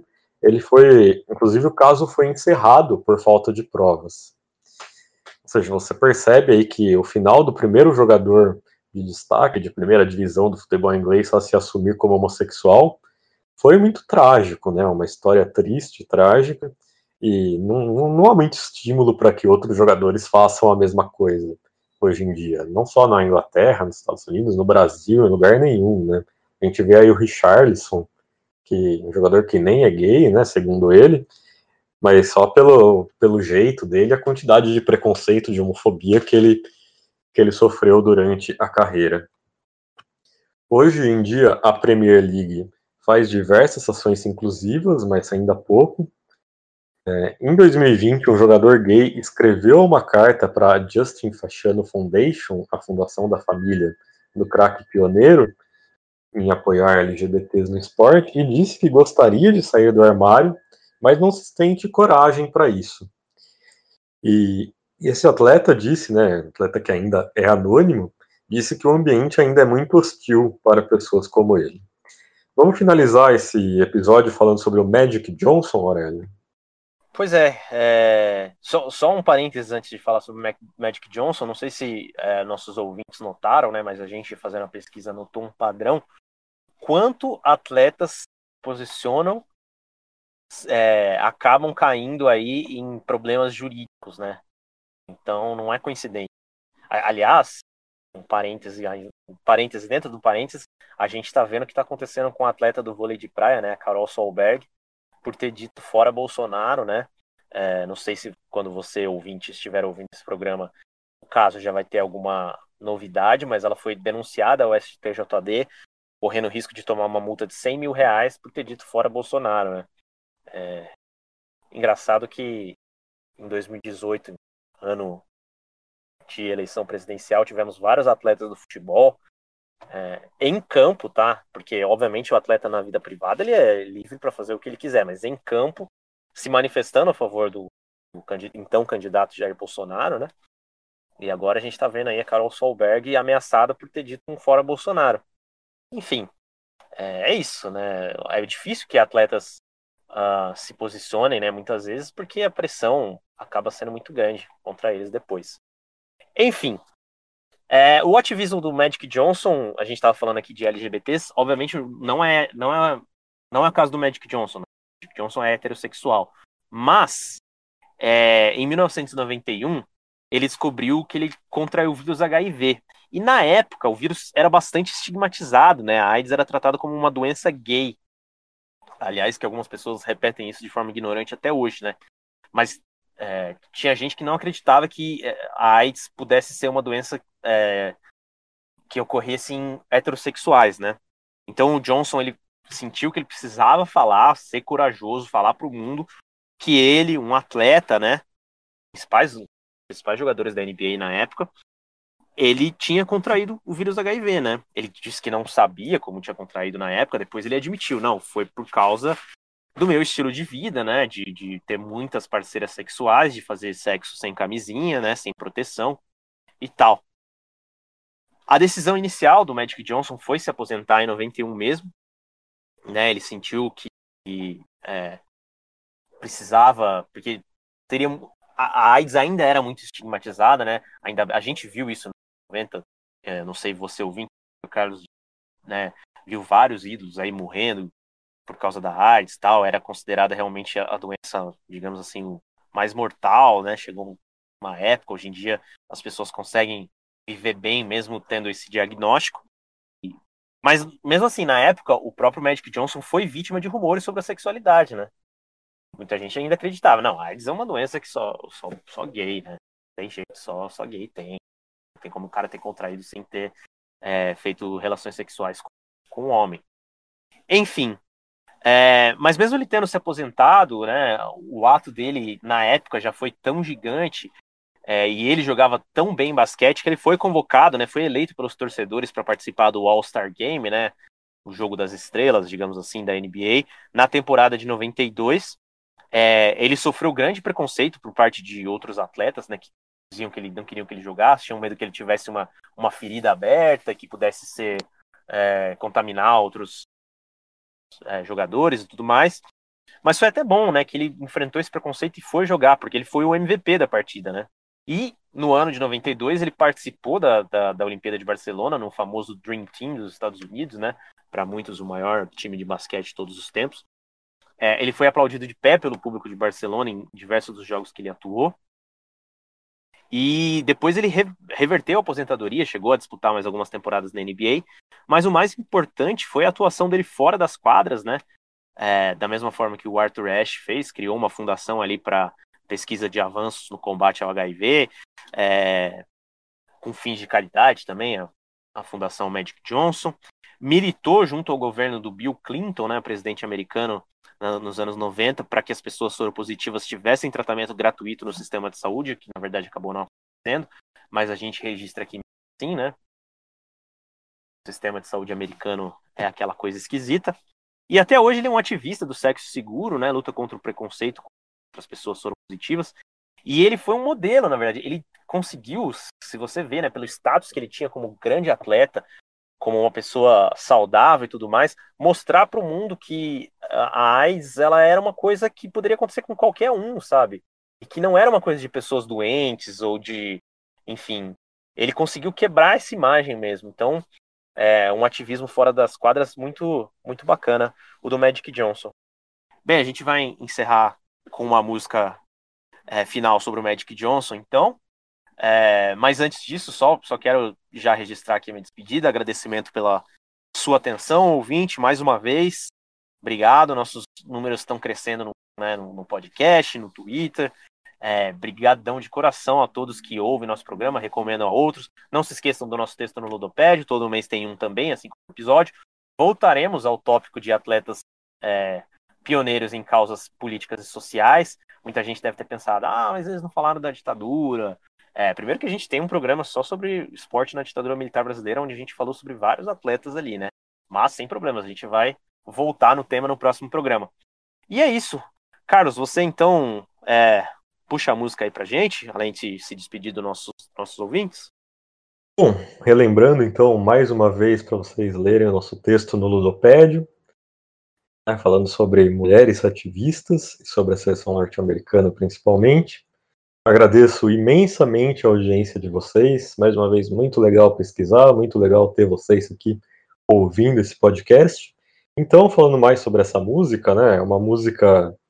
o caso foi encerrado por falta de provas. Ou seja, você percebe aí que o final do primeiro jogador de destaque de primeira divisão do futebol inglês a se assumir como homossexual foi muito trágico, né? Uma história triste, trágica, e não há muito estímulo para que outros jogadores façam a mesma coisa hoje em dia. Não só na Inglaterra, nos Estados Unidos, no Brasil, em lugar nenhum, né? A gente vê aí o Richarlison, que é um jogador que nem é gay, né, segundo ele, mas só pelo jeito dele, a quantidade de preconceito, de homofobia que ele sofreu durante a carreira. Hoje em dia, a Premier League faz diversas ações inclusivas, mas ainda pouco. Em 2020, um jogador gay escreveu uma carta para a Justin Fashanu Foundation, a fundação da família do craque pioneiro, em apoiar LGBTs no esporte, e disse que gostaria de sair do armário, mas não se sente coragem para isso. E esse atleta disse, né, atleta que ainda é anônimo, disse que o ambiente ainda é muito hostil para pessoas como ele. Vamos finalizar esse episódio falando sobre o Magic Johnson, Aurélio? Pois é, só um parênteses antes de falar sobre o Magic Johnson, não sei se nossos ouvintes notaram, né, mas a gente fazendo a pesquisa notou um padrão. Quanto atletas se posicionam, acabam caindo aí em problemas jurídicos, né? Então não é coincidência. Aliás, um parêntese dentro do parêntese, a gente está vendo o que está acontecendo com o atleta do vôlei de praia, né, a Carol Solberg, por ter dito fora Bolsonaro, né? Não sei se quando você, ouvinte, estiver ouvindo esse programa, o caso já vai ter alguma novidade, mas ela foi denunciada ao STJD, correndo o risco de tomar uma multa de R$100 mil por ter dito fora Bolsonaro, né? Engraçado que em 2018, ano de eleição presidencial, tivemos vários atletas do futebol em campo, tá? Porque, obviamente, o atleta na vida privada ele é livre para fazer o que ele quiser, mas em campo, se manifestando a favor do então candidato Jair Bolsonaro, né? E agora a gente tá vendo aí a Carol Solberg ameaçada por ter dito um fora Bolsonaro. Enfim, é isso, né? É difícil que atletas se posicionem, né, muitas vezes, porque a pressão acaba sendo muito grande contra eles depois. Enfim, o ativismo do Magic Johnson, a gente estava falando aqui de LGBTs, obviamente não é o caso do Magic Johnson. O Magic Johnson é heterossexual, mas em 1991, ele descobriu que ele contraiu o vírus HIV. E na época, o vírus era bastante estigmatizado, né? A AIDS era tratada como uma doença gay. Aliás, que algumas pessoas repetem isso de forma ignorante até hoje, né? Mas tinha gente que não acreditava que a AIDS pudesse ser uma doença que ocorresse em heterossexuais, né? Então o Johnson, ele sentiu que ele precisava falar, ser corajoso, falar para o mundo que ele, um atleta, né? Principais jogadores da NBA na época, ele tinha contraído o vírus HIV, né? Ele disse que não sabia como tinha contraído na época, depois ele admitiu, não, foi por causa do meu estilo de vida, né? De ter muitas parceiras sexuais, de fazer sexo sem camisinha, né? Sem proteção e tal. A decisão inicial do Magic Johnson foi se aposentar em 91 mesmo, né? Ele sentiu que precisava, porque teria... A AIDS ainda era muito estigmatizada, né? A gente viu isso nos 90, não sei, você ouvindo, o Carlos, né, viu vários ídolos aí morrendo por causa da AIDS e tal, era considerada realmente a doença, digamos assim, mais mortal, né? Chegou uma época, hoje em dia as pessoas conseguem viver bem mesmo tendo esse diagnóstico. Mas mesmo assim, na época, o próprio Magic Johnson foi vítima de rumores sobre a sexualidade, né? Muita gente ainda acreditava, não, a AIDS é uma doença que só gay, né? Tem jeito, só gay tem. Tem como o cara ter contraído sem ter feito relações sexuais com um homem. Enfim, mas mesmo ele tendo se aposentado, né, o ato dele na época já foi tão gigante e ele jogava tão bem basquete que ele foi convocado, né, foi eleito pelos torcedores para participar do All-Star Game, né, o jogo das estrelas, digamos assim, da NBA, na temporada de 92. Ele sofreu grande preconceito por parte de outros atletas, né, que diziam que não queriam que ele jogasse, tinham medo que ele tivesse uma ferida aberta, que pudesse contaminar outros jogadores e tudo mais. Mas foi até bom, né, que ele enfrentou esse preconceito e foi jogar, porque ele foi o MVP da partida, né. E no ano de 92 ele participou da Olimpíada de Barcelona, no famoso Dream Team dos Estados Unidos, né, para muitos o maior time de basquete de todos os tempos. Ele foi aplaudido de pé pelo público de Barcelona em diversos dos jogos que ele atuou. E depois ele reverteu a aposentadoria, chegou a disputar mais algumas temporadas na NBA. Mas o mais importante foi a atuação dele fora das quadras, né? Da mesma forma que o Arthur Ashe fez, criou uma fundação ali para pesquisa de avanços no combate ao HIV, com fins de caridade também, a Fundação Magic Johnson. Militou junto ao governo do Bill Clinton, né, presidente americano, nos anos 90, para que as pessoas soropositivas tivessem tratamento gratuito no sistema de saúde, que na verdade acabou não acontecendo, mas a gente registra aqui sim, né? O sistema de saúde americano é aquela coisa esquisita. E até hoje ele é um ativista do sexo seguro, né? Luta contra o preconceito contra as pessoas soropositivas. E ele foi um modelo, na verdade. Ele conseguiu, se você vê, né, pelo status que ele tinha como grande atleta, como uma pessoa saudável e tudo mais, mostrar para o mundo que a AIDS, ela era uma coisa que poderia acontecer com qualquer um, sabe? E que não era uma coisa de pessoas doentes ou de... Enfim, ele conseguiu quebrar essa imagem mesmo. Então, um ativismo fora das quadras muito, muito bacana, o do Magic Johnson. Bem, a gente vai encerrar com uma música final sobre o Magic Johnson, então. Mas antes disso, só quero já registrar aqui a minha despedida, agradecimento pela sua atenção, ouvinte, mais uma vez, obrigado, nossos números estão crescendo no podcast, no Twitter, brigadão de coração a todos que ouvem nosso programa, recomendam a outros, não se esqueçam do nosso texto no Ludopédio, todo mês tem um também, assim como o episódio. Voltaremos ao tópico de atletas pioneiros em causas políticas e sociais. Muita gente deve ter pensado, mas eles não falaram da ditadura. Primeiro que a gente tem um programa só sobre esporte na ditadura militar brasileira, onde a gente falou sobre vários atletas ali, né? Mas sem problemas, a gente vai voltar no tema no próximo programa. E é isso. Carlos, você então puxa a música aí pra gente, além de se despedir dos nossos ouvintes. Bom, relembrando então mais uma vez para vocês lerem o nosso texto no Ludopédio, né, falando sobre mulheres ativistas e sobre a seleção norte-americana principalmente. Agradeço imensamente a audiência de vocês, mais uma vez muito legal pesquisar, muito legal ter vocês aqui ouvindo esse podcast. Então, falando mais sobre essa música, né, é uma música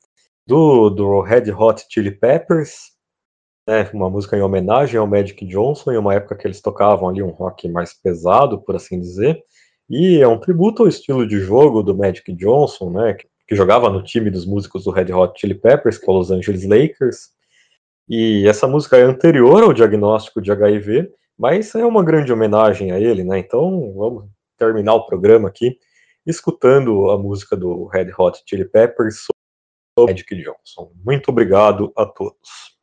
do Red Hot Chili Peppers, né, uma música em homenagem ao Magic Johnson, em uma época que eles tocavam ali um rock mais pesado, por assim dizer, e é um tributo ao estilo de jogo do Magic Johnson, né, que jogava no time dos músicos do Red Hot Chili Peppers, que é o Los Angeles Lakers, e essa música é anterior ao diagnóstico de HIV, mas é uma grande homenagem a ele, né, então vamos terminar o programa aqui escutando a música do Red Hot Chili Peppers sobre Magic Johnson. Muito obrigado a todos.